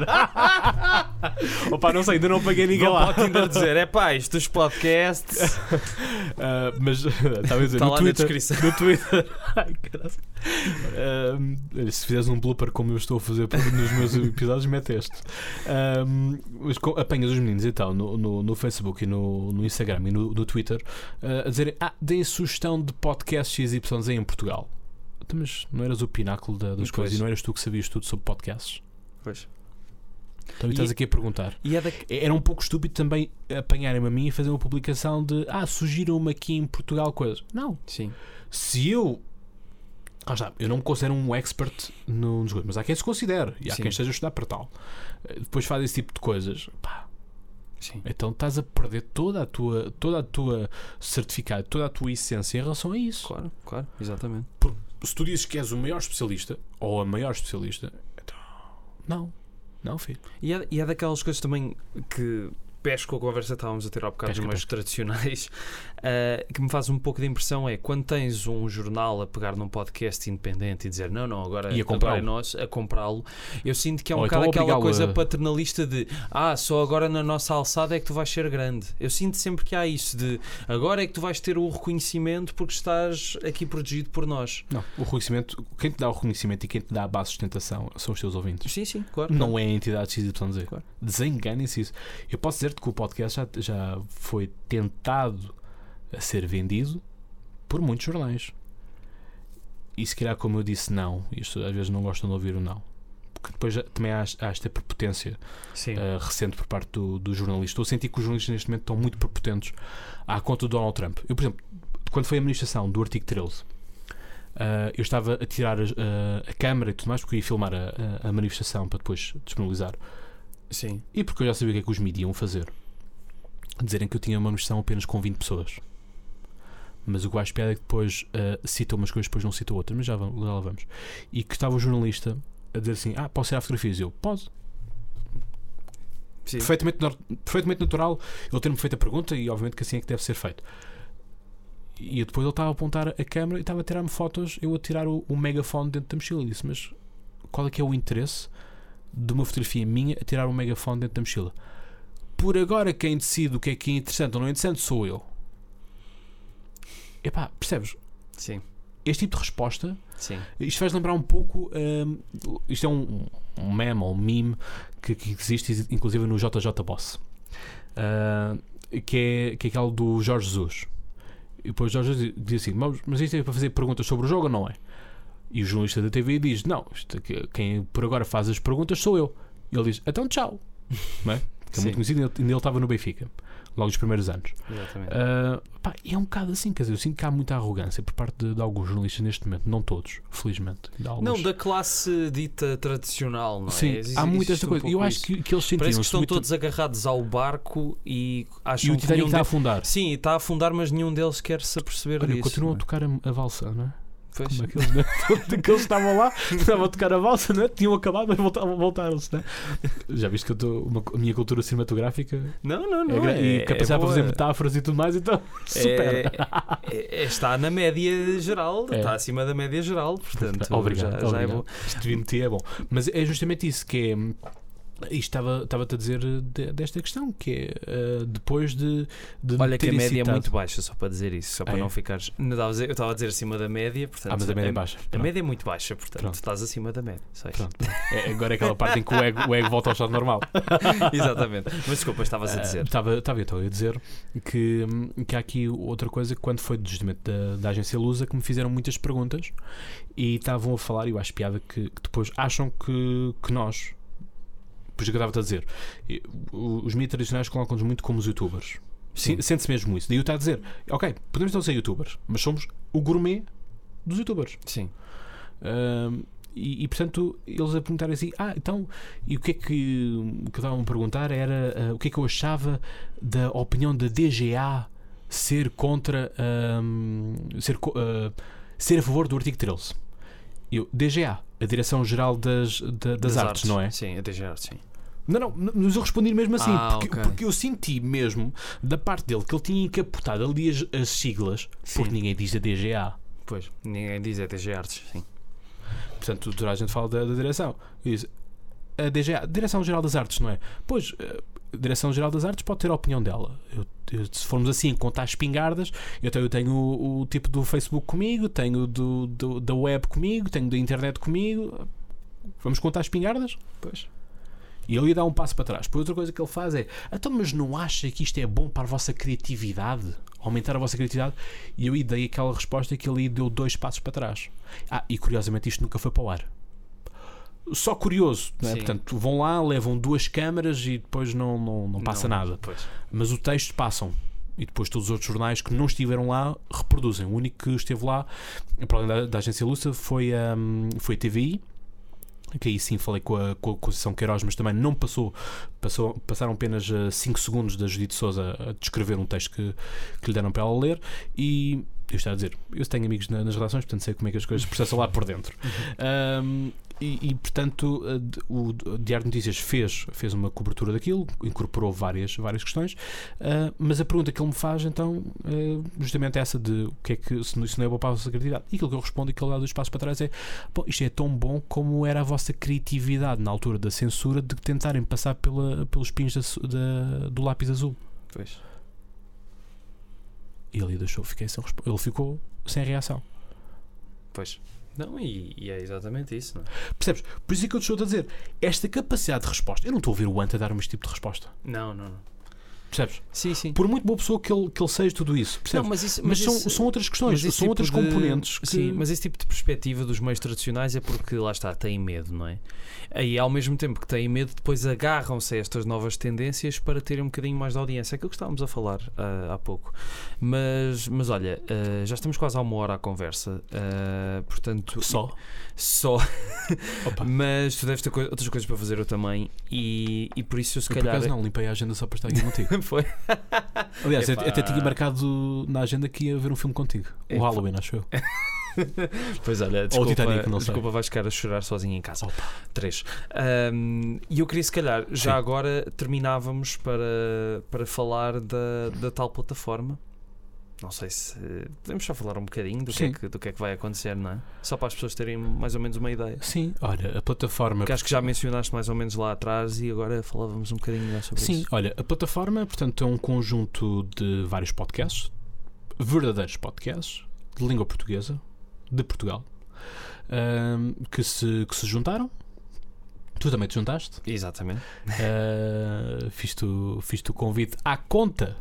Opa, não sei, ainda não apaguei ninguém lá.
Vou ao Tinder dizer, isto dos podcasts.
Mas estava a dizer,
está
no
lá
Twitter,
na descrição.
No Twitter. Ai, se fizeres um blooper como eu estou a fazer nos meus episódios, mete este. Mas apanhas os meninos e tal no Facebook e no Instagram e no Twitter a dizerem: deem sugestão de podcast XYZ em Portugal. Então, mas não eras o pináculo das coisas e não eras tu que sabias tudo sobre podcasts?
Pois.
Então estás aqui a perguntar. Era um pouco estúpido também apanharem-me a mim e fazer uma publicação de sugiram-me aqui em Portugal coisas. Não.
Sim.
Se eu não me considero um expert nos coisas, mas há quem se considere e há quem esteja a estudar para tal. Depois faz esse tipo de coisas.
Sim.
Então estás a perder toda a tua certificado, toda a tua essência em relação a isso.
Claro, exatamente.
Porque se tu dizes que és o maior especialista ou a maior especialista, então não, filho.
E é daquelas coisas também que pesco a conversa que estávamos a ter há bocado dos mais tradicionais, que me faz um pouco de impressão é quando tens um jornal a pegar num podcast independente e dizer não, agora é nós a comprá-lo, eu sinto que é um bocado aquela coisa paternalista de só agora na nossa alçada é que tu vais ser grande. Eu sinto sempre que há isso de agora é que tu vais ter o reconhecimento porque estás aqui protegido por nós.
Não, o reconhecimento, quem te dá o reconhecimento e quem te dá a base de sustentação são os teus ouvintes.
Sim, claro.
Não é a entidade XYZ.
Claro.
Desenganem-se isso. Eu posso dizer que o podcast já foi tentado a ser vendido por muitos jornais. E se calhar, como eu disse, não. Isto às vezes não gostam de ouvir o não. Porque depois também há esta prepotência recente por parte do jornalista. Estou a sentir que os jornalistas neste momento estão muito prepotentes à conta do Donald Trump. Eu, por exemplo, quando foi a manifestação do artigo 13, eu estava a tirar a câmara e tudo mais porque eu ia filmar a manifestação para depois disponibilizar.
Sim.
E porque eu já sabia o que é que os mídias iam fazer. Dizerem que eu tinha uma manifestação apenas com 20 pessoas. Mas o que eu acho piada é que depois cita umas coisas, depois não cita outras. Mas já lá vamos. E que estava o jornalista a dizer assim: posso tirar fotografias? Eu, pode.
Sim.
Perfeitamente natural ele ter-me feito a pergunta e obviamente que assim é que deve ser feito. E depois ele estava a apontar a câmera e estava a tirar-me fotos, eu a tirar o megafone dentro da mochila. E disse: mas qual é que é o interesse de uma fotografia minha a tirar um megafone dentro da mochila? Por agora quem decide o que é interessante ou não é interessante sou eu. Percebes?
Sim.
Este tipo de resposta,
sim. Isto
faz lembrar um pouco, isto é um meme ou um meme que existe inclusive no JJ Boss, que é aquele do Jorge Jesus. E depois Jorge Jesus diz assim: mas isto é para fazer perguntas sobre o jogo ou não é? E o jornalista da TV diz: não, quem por agora faz as perguntas sou eu. E ele diz: então tchau. Não é? Que é muito conhecido, ele estava no Benfica logo nos primeiros anos.
Exatamente.
E é um bocado assim, quer dizer, eu sinto que há muita arrogância por parte de alguns jornalistas neste momento, não todos, felizmente.
Não, da classe dita tradicional, não é?
Sim, há muita esta coisa. Eu acho que eles sentiam-se.
Parece que estão todos agarrados ao barco e acham
que o Titanic está a afundar.
Sim, está a afundar, mas nenhum deles quer se aperceber disso.
Continuam a tocar a valsa, não é?
Pois.
Como aqueles estavam lá, estavam a tocar a valsa, não é? Tinham acabado, mas voltaram-se, não é? Já viste que eu estou a minha cultura cinematográfica?
Não.
E capacidade para fazer metáforas e tudo mais, então super.
Está na média geral, está acima da média geral, portanto.
Obrigado.
Já é bom.
Isto de é bom. Mas é justamente isso que é. Isto estava-te a dizer desta questão, que é depois de
olha que a média é muito baixa, só para dizer isso, só para não ficares. Eu estava a dizer acima da média, portanto.
Mas a média é baixa.
A média é muito baixa, portanto, estás acima da média.
Agora é aquela parte em que o ego volta ao estado normal.
Exatamente. Mas desculpa, estavas a dizer.
Estava a dizer que há aqui outra coisa, que quando foi justamente da agência Lusa, que me fizeram muitas perguntas e estavam a falar, e eu acho piada que depois acham que nós. Por isso que eu estava a dizer, os mídias tradicionais colocam-nos muito como os youtubers. Sente-se mesmo isso. Daí eu estava a dizer: ok, podemos não ser youtubers, mas somos o gourmet dos youtubers.
Sim.
E portanto, eles a perguntarem assim: então, e o que é que estavam a perguntar era o que é que eu achava da opinião da DGA ser contra, ser a favor do artigo 13. Eu, DGA, a Direção-Geral das Artes, não é?
Sim, a DGA, sim.
Não, mas eu respondi mesmo assim,
okay.
Porque eu senti mesmo da parte dele que ele tinha encapotado ali as siglas, porque ninguém diz a DGA.
Pois, ninguém diz a DG Artes, sim.
Portanto, toda a gente fala da direção. Diz, a DGA, Direção-Geral das Artes, não é? Pois, a Direção-Geral das Artes pode ter a opinião dela. Se formos assim, contar espingardas, eu tenho o tipo do Facebook comigo, tenho da web comigo, tenho da internet comigo. Vamos contar espingardas? Pois. E ele ia dar um passo para trás. Depois outra coisa que ele faz é: então, mas não acha que isto é bom para a vossa criatividade? Aumentar a vossa criatividade? E eu dei aquela resposta que ele deu 2 passos para trás. E curiosamente isto nunca foi para o ar. Só curioso, não é? Portanto, vão lá, levam 2 câmaras e depois não passa nada. Pois. Mas o texto passam. E depois todos os outros jornais que não estiveram lá reproduzem. O único que esteve lá, para além da agência Lusa, foi a TVI. Que aí sim falei com a Conceição Queiroz, mas também não passaram apenas 5 segundos da Judite Sousa a descrever um texto que lhe deram para ela ler. E eu estava a dizer, eu tenho amigos nas redações, portanto sei como é que as coisas processam lá por dentro. E portanto o Diário de Notícias fez uma cobertura daquilo, incorporou várias questões, mas a pergunta que ele me faz então é justamente essa de o que é que se não é bom para a vossa criatividade. E aquilo que eu respondo e que ele dá 2 passos para trás é: bom, isto é tão bom como era a vossa criatividade na altura da censura de tentarem passar pelos pins do lápis azul.
Pois.
E ele ele ficou sem reação.
Pois. Não, e é exatamente isso, não é?
Percebes? Por isso é que eu te estou a dizer, esta capacidade de resposta, eu não estou a ouvir o Ant a dar-me este tipo de resposta.
Não.
Percebes?
Sim.
Por muito boa pessoa que ele seja tudo isso. Percebes?
Não, mas
são outras questões, são tipo outros componentes.
Sim, mas esse tipo de perspectiva dos meios tradicionais é porque, lá está, têm medo, não é? Aí, ao mesmo tempo que têm medo, depois agarram-se a estas novas tendências para terem um bocadinho mais de audiência. É aquilo que estávamos a falar há pouco. Mas olha, já estamos quase a 1 hora à conversa. Portanto... Só. Mas tu deves ter outras coisas para fazer, eu também. E por isso, se calhar...
Por acaso não, limpei a agenda só para estar aqui contigo.
Foi.
Aliás, até tinha marcado na agenda que ia ver um filme contigo. O Halloween, acho eu.
Pois olha,
desculpa, ou o Titanic, não sei.
Desculpa, vais ficar a chorar sozinho em casa. 3. E eu queria, se calhar, já agora terminávamos para falar da tal plataforma. Não sei se podemos só falar um bocadinho do que é que vai acontecer, não é? Só para as pessoas terem mais ou menos uma ideia.
Sim, olha, a plataforma...
Que acho que já mencionaste mais ou menos lá atrás e agora falávamos um bocadinho melhor sobre isso.
Sim, olha, a plataforma, portanto, é um conjunto de vários podcasts, verdadeiros podcasts, de língua portuguesa, de Portugal, que se juntaram. Tu também te juntaste?
Exatamente.
Fiz-te o convite à conta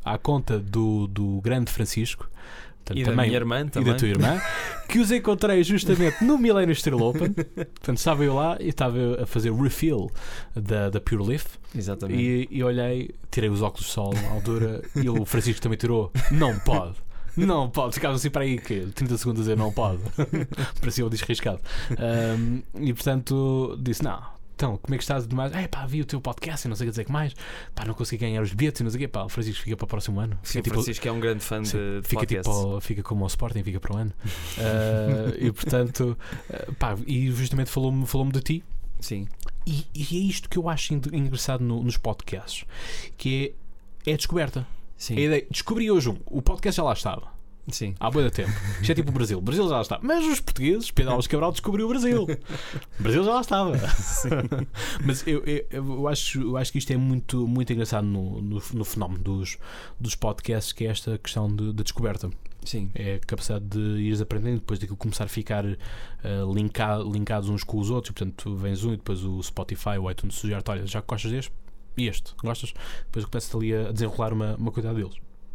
do grande Francisco, portanto,
e
também,
da minha irmã também.
E da tua irmã, que os encontrei justamente no Millennium Steel Open. Portanto, estava eu lá e estava a fazer o refill da Pure Leaf.
Exatamente.
E olhei, tirei os óculos de sol à altura e o Francisco também tirou. Não pode, ficava assim para aí 30 segundos a dizer não pode. Parecia o desriscado. E portanto disse: não. Então, como é que estás demais? Vi o teu podcast e não sei o que dizer que mais. Não consegui ganhar os bilhetes e não sei o quê. O Francisco fica para o próximo ano.
Sim, o Francisco é um grande fã de podcasts.
Fica como o Sporting, fica para o ano. E portanto, e justamente falou-me de ti.
Sim.
E é isto que eu acho engraçado nos podcasts, que é a descoberta.
Sim.
A ideia, descobri hoje o podcast já lá estava.
Sim.
Há bué de tempo. Isto é tipo o Brasil. O Brasil já lá está. Mas os portugueses, Pedro Alves Cabral descobriu o Brasil. O Brasil já lá estava. Sim. Mas eu acho que isto é muito, muito engraçado no fenómeno dos podcasts, que é esta questão de descoberta.
Sim.
É a capacidade de ires aprendendo, depois daquilo começar a ficar linkados uns com os outros. Portanto, vens e depois o Spotify, o iTunes sugere-te: olha, já gostas deste? E este? Gostas? Depois começas ali a desenrolar uma quantidade deles.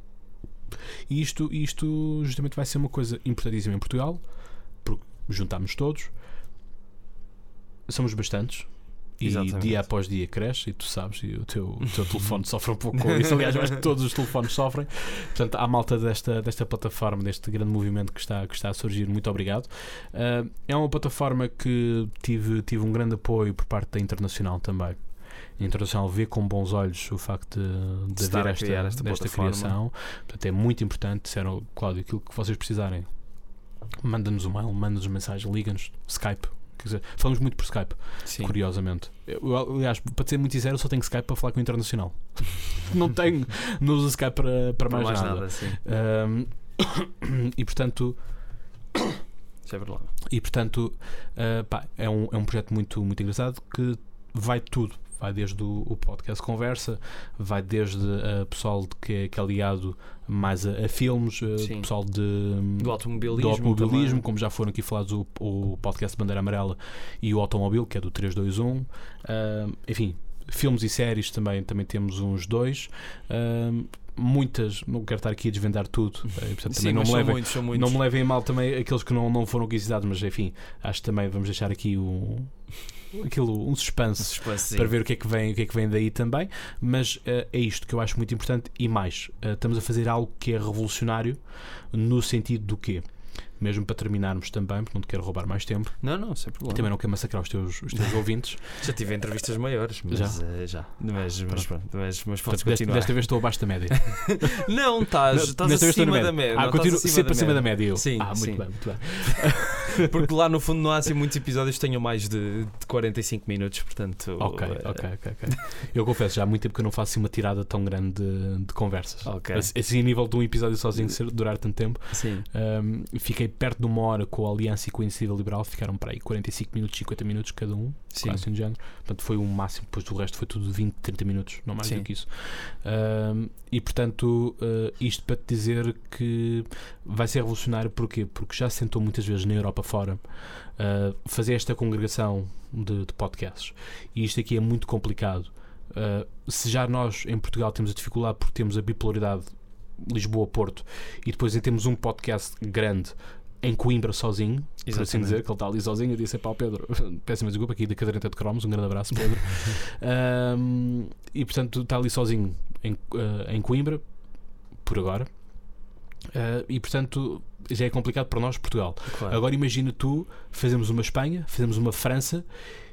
E isto justamente vai ser uma coisa importantíssima em Portugal, porque juntámos todos, somos bastantes e dia após dia cresce, e tu sabes, e o teu telefone sofre um pouco com isso. Aliás, eu acho que todos os telefones sofrem. Portanto, à malta desta plataforma, deste grande movimento que está a surgir, muito obrigado. É uma plataforma que tive um grande apoio por parte da Internacional também. A Internacional vê com bons olhos o facto de haver esta criação. Portanto, é muito importante. Disseram, Cláudio, aquilo que vocês precisarem, manda-nos um mail, manda-nos mensagem, liga-nos, Skype. Quer dizer, falamos muito por Skype, curiosamente. Aliás, para ser muito sincero, eu só tenho Skype para falar com o Internacional. Não uso Skype para mais nada. E portanto, é um projeto muito, muito engraçado, que vai tudo. Vai desde o podcast Conversa, vai desde o pessoal que é ligado mais a filmes, pessoal do automobilismo, como já foram aqui falados o podcast Bandeira Amarela e o Automóvel, que é do 321. Enfim, filmes e séries também temos uns 2. Muitas, não quero estar aqui a desvendar tudo, portanto, também não me levem a mal também aqueles que não foram aqui citados, mas enfim, acho que também vamos deixar aqui um suspense para ver o que é que vem daí também. Mas é isto que eu acho muito importante. E mais, estamos a fazer algo que é revolucionário, no sentido do quê? Mesmo para terminarmos também, porque não te quero roubar mais tempo.
Não, sem problema.
Também não quero massacrar os teus ouvintes.
Já tive entrevistas maiores, mas já. Mas podes continuar.
Desta vez estou abaixo da média.
Não, estás acima da média.
Continuo sempre acima da média.
Sim,
muito bem.
Porque lá no fundo não há assim muitos episódios que tenham mais de 45 minutos, portanto.
Ok. Eu confesso, já há muito tempo que eu não faço uma tirada tão grande de conversas. Assim, a nível de um episódio sozinho durar tanto tempo.
Sim.
Fiquei perto de 1 hora com a Aliança e com a Iniciativa Liberal, ficaram para aí 45 minutos, 50 minutos cada um, assim de género. Portanto, foi o máximo, depois do resto foi tudo 20, 30 minutos, não mais do que isso. E portanto, isto para te dizer que vai ser revolucionário. Porquê? Porque já se sentou muitas vezes na Europa fora fazer esta congregação de podcasts, e isto aqui é muito complicado. Se já nós em Portugal temos a dificuldade porque temos a bipolaridade Lisboa-Porto, e depois temos um podcast grande em Coimbra sozinho, por assim dizer, que ele está ali sozinho. Eu disse: pá, Pedro, péssima desculpa aqui da caderneta de cromos, um grande abraço, Pedro. E portanto está ali sozinho em Coimbra por agora, e portanto já é complicado para nós, Portugal.
Claro.
Agora imagina tu, fazemos uma Espanha, fazemos uma França,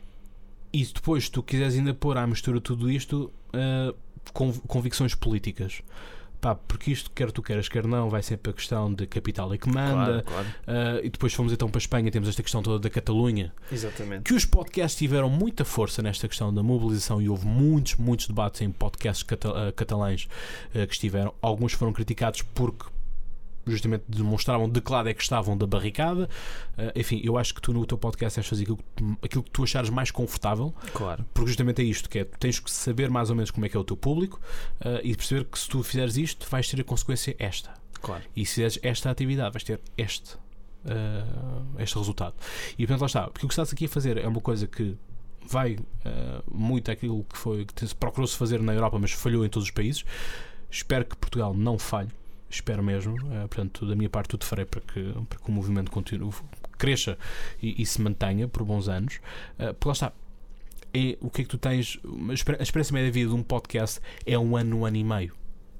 e depois tu quiseres ainda pôr à mistura tudo isto, convicções políticas. Pá, porque isto, quer tu queiras, quer não, vai sempre a questão de capital é que manda.
Claro.
E depois fomos então para a Espanha, temos esta questão toda da Catalunha.
Exatamente.
Que os podcasts tiveram muita força nesta questão da mobilização, e houve muitos debates em podcasts catalães que estiveram. Alguns foram criticados porque justamente demonstravam de que lado é que estavam da barricada. Enfim, eu acho que tu no teu podcast és fazer aquilo que tu achares mais confortável.
Claro. Porque
justamente é isto, que é, tu tens que saber mais ou menos como é que é o teu público, e perceber que se tu fizeres isto vais ter a consequência esta.
Claro.
E se fizeres esta atividade vais ter este resultado. E portanto lá está, porque o que estás aqui a fazer é uma coisa que vai muito àquilo que procurou-se fazer na Europa, mas falhou em todos os países. Espero que Portugal não falhe. Espero mesmo. Portanto, da minha parte tudo farei para que o movimento continue, cresça e se mantenha por bons anos. Porque lá está, o que é que tu tens? A experiência média de vida de um podcast é 1 ano e meio.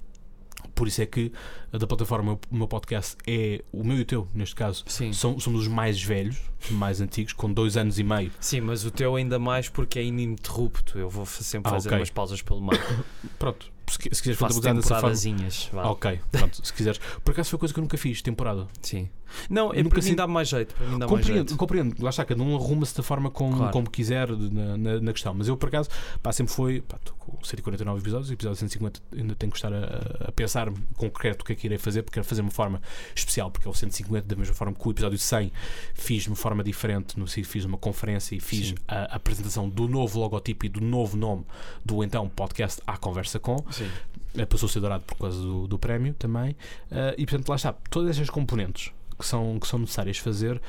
Por isso é que da plataforma o meu podcast é o meu e o teu, neste caso. Somos os mais velhos, mais antigos, com 2 anos e meio.
Sim, mas o teu ainda mais porque é ininterrupto. Eu vou sempre fazer umas pausas pelo meio.
Pronto. Se quiseres
fazer temporadazinhas,
ok, pronto, se quiseres. Por acaso foi coisa que eu nunca fiz, temporada.
Sim. Não, para mim dá mais jeito.
Compreendo. Lá está, cada um arruma-se da forma como quiser na questão. Mas eu, por acaso, sempre foi. Estou com 149 episódios, episódio 150 ainda tenho que estar a pensar concreto o que é que irei fazer, porque quero fazer uma forma especial, porque é o 150, da mesma forma que o episódio 100 fiz de uma forma diferente. Fiz uma conferência e fiz a apresentação do novo logotipo e do novo nome do então podcast À Conversa Com. Passou a ser dourado por causa do prémio também. E portanto, lá está, todas estas componentes que são necessárias fazer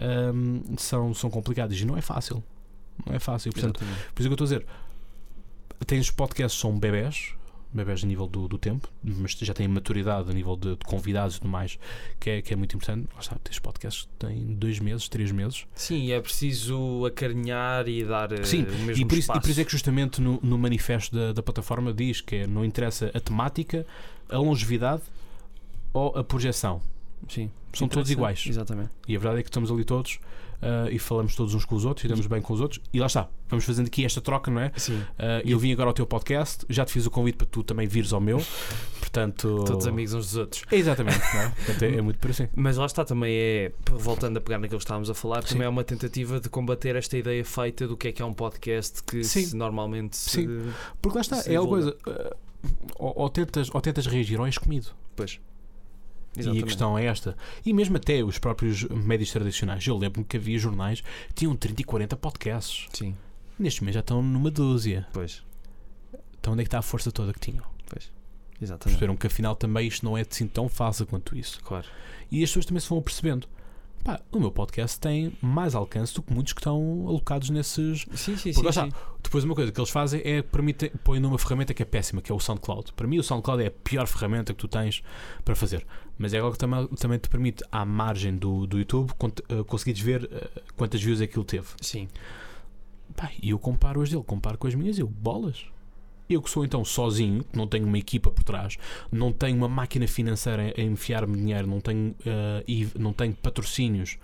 são complicadas e não é fácil. Portanto, por isso que eu estou a dizer, tens podcasts que são bebés, bebés a nível do tempo, mas já têm maturidade a nível de convidados e tudo mais, que é muito importante. Lá está, tens podcasts que têm 2 meses, 3 meses.
Sim, é preciso acarinhar e dar o mesmo
e por isso é que justamente no manifesto da plataforma diz que não interessa a temática, a longevidade ou a projeção.
Sim,
são todos iguais.
Exatamente.
E a verdade é que estamos ali todos e falamos todos uns com os outros e damos bem com os outros. E lá está, vamos fazendo aqui esta troca, não é?
Sim.
Eu vim agora ao teu podcast, já te fiz o convite para tu também vires ao meu. Portanto,
todos amigos uns dos outros.
Exatamente, não é? Portanto, é muito por assim.
Mas lá está, também voltando a pegar naquilo que estávamos a falar, também é uma tentativa de combater esta ideia feita do que é um podcast que normalmente se...
Sim, porque lá está, é a coisa. Ou tentas reagir ou és comido.
Pois.
Exatamente. E a questão é esta. E mesmo até os próprios médias tradicionais. Eu lembro-me que havia jornais que tinham 30 e 40 podcasts.
Sim.
Neste mês já estão numa dúzia.
Pois.
Então onde é que está a força toda que tinham?
Pois. Exatamente.
Perceberam que afinal também isto não é assim tão fácil quanto isso.
Claro.
E as pessoas também se vão percebendo. Pá, o meu podcast tem mais alcance do que muitos que estão alocados nesses.
Sim.
Depois uma coisa que eles fazem é põem numa ferramenta que é péssima, que é o SoundCloud. Para mim o SoundCloud é a pior ferramenta que tu tens para fazer. Mas é algo que também te permite, à margem do YouTube, conseguires ver quantas views aquilo teve.
Sim.
Pá, e eu comparo as dele, comparo com as minhas, bolas. Eu que sou então sozinho, não tenho uma equipa por trás, não tenho uma máquina financeira a enfiar-me dinheiro, não tenho patrocínios,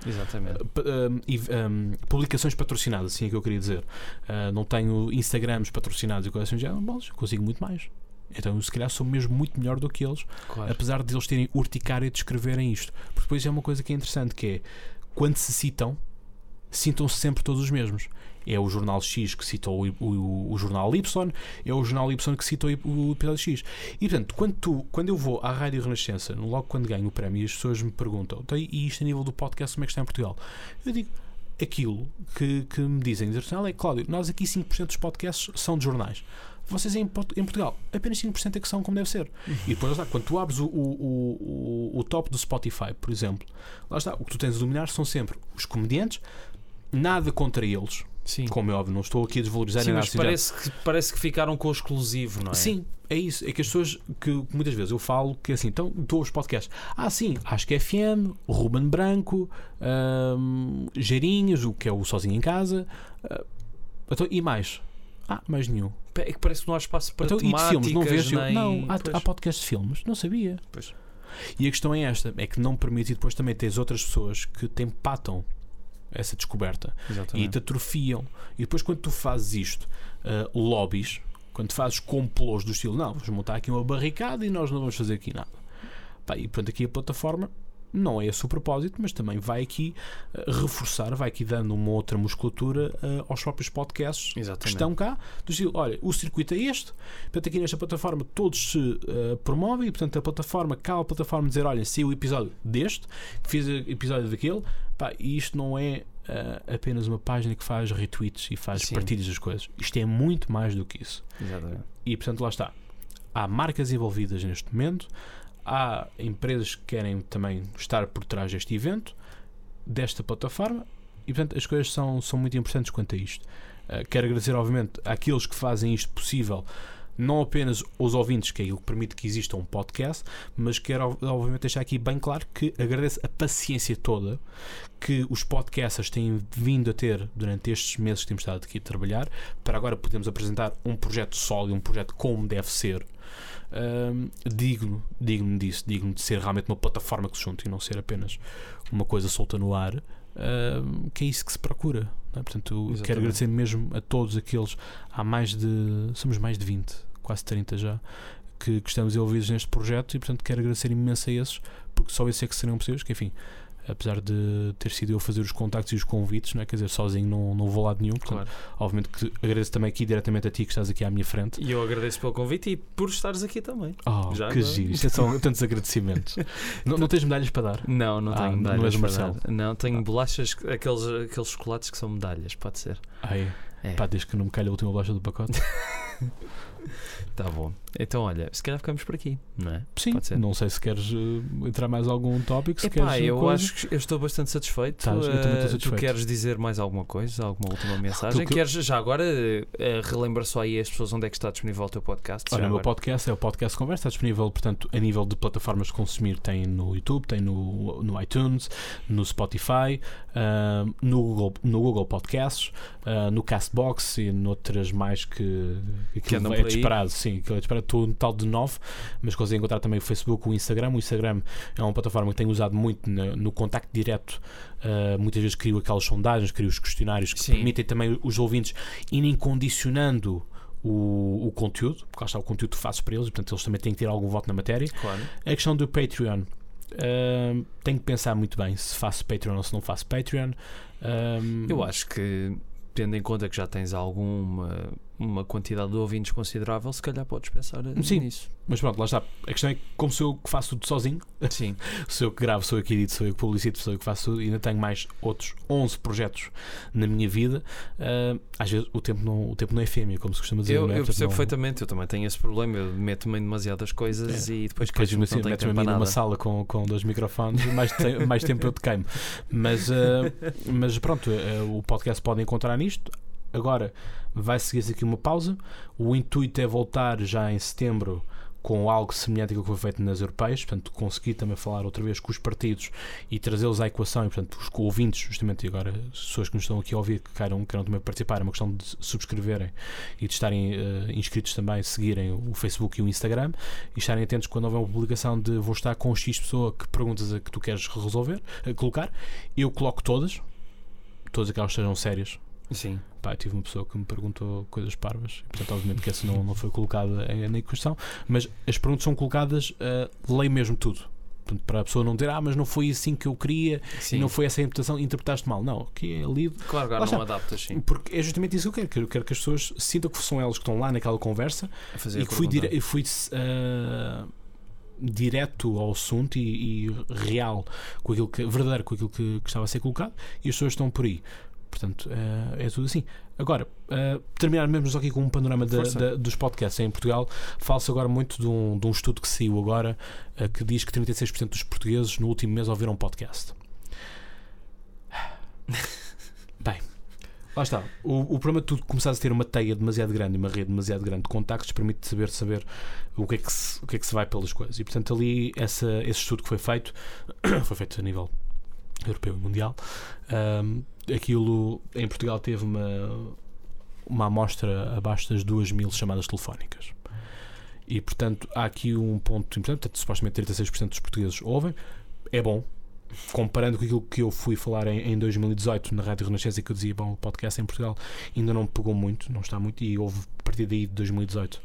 publicações patrocinadas, assim é que eu queria dizer, não tenho Instagrams patrocinados e coisas assim, já consigo muito mais. Então, se calhar, sou mesmo muito melhor do que eles, claro. Apesar de eles terem urticária de escreverem isto. Porque depois é uma coisa que é interessante, que é, quando se sintam-se sempre todos os mesmos. É o jornal X que cita o jornal Y, é o jornal Y que cita o episódio X. E portanto, quando eu vou à Rádio Renascença, logo quando ganho o prémio, as pessoas me perguntam, e isto a nível do podcast, como é que está em Portugal? Eu digo, aquilo que me dizem, é Cláudio, nós aqui 5% dos podcasts são de jornais. Vocês em Portugal, apenas 5% é que são como deve ser. E depois, lá está, quando tu abres o top do Spotify, por exemplo, lá está, o que tu tens a dominar são sempre os comediantes, nada contra eles. Sim. Como é óbvio, não estou aqui a desvalorizar.
Sim, mas parece que ficaram com o exclusivo, não é?
Sim, é isso. É que as pessoas que muitas vezes eu falo que assim, então dou os podcasts. Sim, acho que é FM, Ruben Branco, Geirinhas, o que é o Sozinho em Casa, e mais. Mais nenhum.
É que parece que não há espaço para temáticas.
E de filmes, não vês?
Nem...
Não, há podcasts de filmes, não sabia.
Pois.
E a questão é esta, é que não permite, e depois também tens outras pessoas que te empatam essa descoberta.
Exatamente.
E te atrofiam. E depois quando tu fazes isto, lobbies, quando fazes complôs do estilo, não, vamos montar aqui uma barricada e nós não vamos fazer aqui nada. E pronto, aqui a plataforma não é esse o propósito, mas também vai aqui reforçar, vai aqui dando uma outra musculatura aos próprios podcasts.
Exatamente.
Que estão cá, do estilo, olha, o circuito é este, portanto aqui nesta plataforma todos se promovem, e portanto a plataforma, cabe a plataforma dizer, olha, se o episódio deste, que fiz o episódio daquele, e isto não é apenas uma página que faz retweets e faz partilhas das coisas. Isto é muito mais do que isso.
Exatamente.
E portanto lá está. Há marcas envolvidas neste momento, há empresas que querem também estar por trás deste evento, desta plataforma, e portanto as coisas são muito importantes quanto a isto. Quero agradecer obviamente àqueles que fazem isto possível, não apenas os ouvintes, que é aquilo que permite que exista um podcast, mas quero obviamente deixar aqui bem claro que agradeço a paciência toda que os podcasters têm vindo a ter durante estes meses que temos estado aqui a trabalhar, para agora podermos apresentar um projeto sólido, um projeto como deve ser, digno disso, digno de ser realmente uma plataforma que se junta e não ser apenas uma coisa solta no ar, que é isso que se procura, não é? Portanto, exatamente. Quero agradecer mesmo a todos aqueles, somos mais de 20, quase 30 já, que estamos envolvidos neste projeto, e portanto quero agradecer imenso a esses, porque só esses é que seriam possíveis, que enfim, apesar de ter sido eu a fazer os contactos e os convites, não é? Quer dizer, sozinho não vou lá de nenhum, portanto, claro. Obviamente que agradeço também aqui diretamente a ti que estás aqui à minha frente.
E eu agradeço pelo convite e por estares aqui também.
Já que giro, isto são tantos agradecimentos. não tens medalhas para dar?
Não tenho medalhas.
Não és Marcelo?
Não, tenho bolachas, aqueles chocolates que são medalhas, pode ser.
É. Desde que não me calha a última bolacha do pacote.
Tá bom. Então, olha, se calhar ficamos por aqui, não é?
Sim, não sei se queres entrar mais algum tópico.
Eu acho que eu estou bastante satisfeito.
Eu também estou satisfeito.
Tu queres dizer mais alguma coisa, alguma última mensagem? Queres já agora relembrar só aí as pessoas onde é que está disponível o teu podcast?
Olha, o meu podcast é o Podcast Conversa, está disponível, portanto, a nível de plataformas de consumir, tem no YouTube, tem no iTunes, no Spotify, no Google Podcasts, no Castbox e noutras mais que é disparado. Sim, que é disparado. Estou no total de 9, mas conseguem encontrar também o Facebook, o Instagram. O Instagram é uma plataforma que tenho usado muito no contacto direto. Muitas vezes crio aquelas sondagens, crio os questionários que permitem também os ouvintes irem condicionando o conteúdo, porque lá está o conteúdo que faço para eles, e portanto eles também têm que ter algum voto na matéria.
Claro.
A questão do Patreon, tenho que pensar muito bem se faço Patreon ou se não faço Patreon.
Eu acho que, tendo em conta que já tens uma quantidade de ouvintes considerável, se calhar podes pensar nisso.
Mas pronto, lá está. A questão é que, como sou eu que faço tudo sozinho, sou eu que gravo, sou eu que edito, sou eu que publicito, sou eu que faço tudo, e ainda tenho mais outros 11 projetos na minha vida. Às vezes o tempo não é fêmea, como se costuma dizer.
Eu percebo perfeitamente, eu também tenho esse problema. Eu meto-me em demasiadas coisas e depois
metes-me numa sala com 2 microfones, mais tempo eu te queimo. Mas pronto, o podcast podem encontrar nisto. Agora vai seguir-se aqui uma pausa. O intuito é voltar já em setembro com algo semelhante àquilo que foi feito nas europeias, portanto conseguir também falar outra vez com os partidos e trazê-los à equação, e portanto os ouvintes, justamente, e agora as pessoas que nos estão aqui a ouvir que queiram também participar, é uma questão de subscreverem e de estarem inscritos também, seguirem o Facebook e o Instagram e estarem atentos quando houver uma publicação de vou estar com X pessoa que perguntas a que tu queres colocar, eu coloco todas aquelas que sejam sérias.
Sim.
Tive uma pessoa que me perguntou coisas parvas, portanto obviamente que essa não foi colocada em questão, mas as perguntas são colocadas, leio mesmo tudo, portanto, para a pessoa não dizer mas não foi assim que eu queria. Sim. E não foi essa a interpretação, interpretaste mal. Não, aqui é lido.
Claro, agora não adaptas, sim.
Porque é justamente isso que eu quero que as pessoas sintam que são elas que estão lá naquela conversa e que fui direto ao assunto e real, verdadeiro com aquilo que estava a ser colocado, e as pessoas estão por aí. Portanto, é tudo assim. Agora, terminar mesmo aqui com um panorama dos podcasts em Portugal. Fala-se agora muito de um estudo que saiu agora, que diz que 36% dos portugueses no último mês ouviram um podcast. Bem, lá está. O problema de tu começares a ter uma teia demasiado grande e uma rede demasiado grande de contactos permite saber o que é que se vai pelas coisas. E portanto ali esse estudo que foi feito a nível europeu e mundial. Aquilo em Portugal teve uma amostra abaixo das 2.000 chamadas telefónicas. E portanto há aqui um ponto importante. Portanto, supostamente 36% dos portugueses ouvem. É bom. Comparando com aquilo que eu fui falar em 2018 na Rádio Renascença, que eu dizia, o podcast em Portugal ainda não pegou muito, não está muito, e houve a partir daí de 2018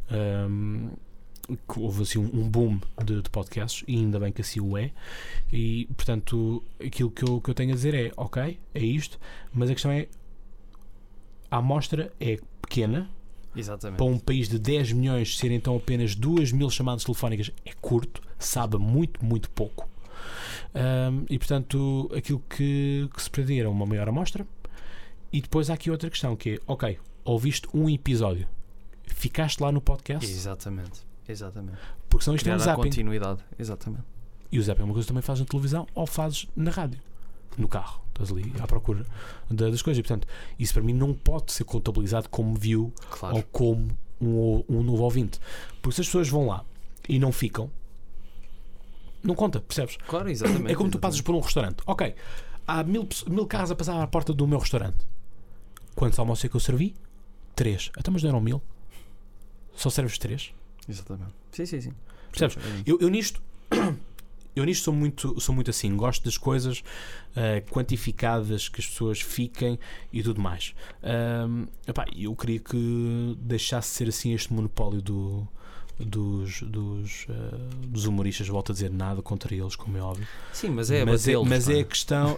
houve assim um boom de podcasts, e ainda bem que assim o é. E portanto aquilo que eu tenho a dizer é ok, é isto, mas a questão é, a amostra é pequena.
Exatamente.
Para um país de 10 milhões serem então apenas 2.000 chamadas telefónicas é curto, sabe muito, muito pouco. E portanto aquilo que se pretendia era uma maior amostra. E depois há aqui outra questão que é, ok, ouviste um episódio, ficaste lá no podcast.
Exatamente.
Porque senão isto é um zapping.
Continuidade. Exatamente.
E o zapping é uma coisa que também fazes na televisão ou fazes na rádio, no carro, estás ali à procura das coisas. E portanto isso para mim não pode ser contabilizado como view, claro, ou como um novo ouvinte, porque se as pessoas vão lá e não ficam, não conta, percebes?
Claro, exatamente.
É como tu passas por um restaurante. Ok, há 1.000 carros a passar à porta do meu restaurante. Quantos almoços é que eu servi? 3. Então, mas não eram 1.000? Só serves 3?
Exatamente. Sim.
Percebes? Eu nisto sou muito assim. Gosto das coisas quantificadas, que as pessoas fiquem e tudo mais. Eu queria que deixasse de ser assim este monopólio dos humoristas, volto a dizer, nada contra eles, como é óbvio.
Sim, mas é a
questão.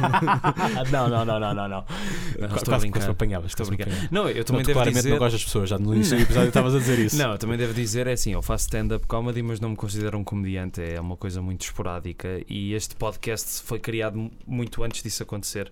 Não.
Estou a brincar.
Apanhavas.
Não, eu também devo
claramente
dizer.
Não gosto das pessoas, já no início do episódio estavas a dizer isso.
Não, eu também devo dizer, é assim, eu faço stand-up comedy, mas não me considero um comediante, é uma coisa muito esporádica e este podcast foi criado muito antes disso acontecer.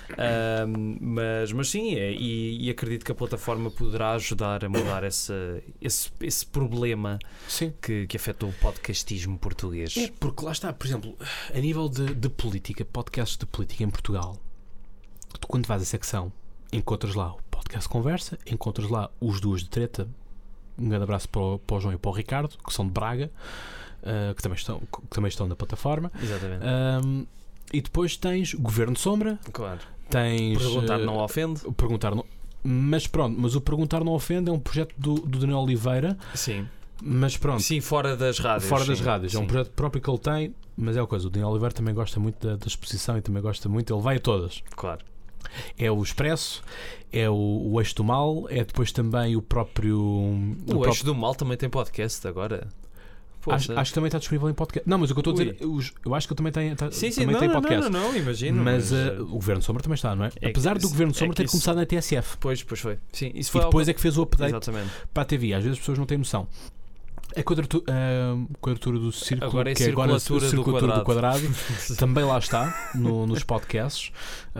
Mas sim, e acredito que a plataforma poderá ajudar a mudar esse problema que afeta o podcastismo português.
É, porque lá está, por exemplo, a nível de política, podcasts de política em Portugal, tu quando vais à secção encontras lá o podcast Conversa, encontras lá os Duas de Treta. Um grande abraço para o João e para o Ricardo, que são de Braga, que também estão na plataforma.
Exatamente.
E depois tens Governo de Sombra.
Claro.
Tens
Perguntar não ofende.
Mas pronto, mas o Perguntar não ofende é um projeto do Daniel Oliveira.
Sim.
Mas pronto.
Sim, fora das rádios.
Fora das rádios. É um projeto próprio que ele tem, mas é a coisa. O Daniel Oliveira também gosta muito da exposição e também gosta muito. Ele vai a todas.
Claro.
É o Expresso, é o Eixo do Mal, é depois também o próprio.
O Eixo do Mal também tem podcast agora.
Acho que também está disponível em podcast. Não, mas o que eu estou a dizer, eu acho que ele também tem,
tem
podcast.
Não, imagino.
Mas o Governo de Sombra também está, não é? Apesar do Governo de Sombra ter começado na TSF.
Pois foi. Sim, isso foi
e depois é que fez o update para a TV. Às vezes as pessoas não têm noção. A quadratura do círculo,
agora é
que é agora a circulatura do quadrado, também lá está nos podcasts.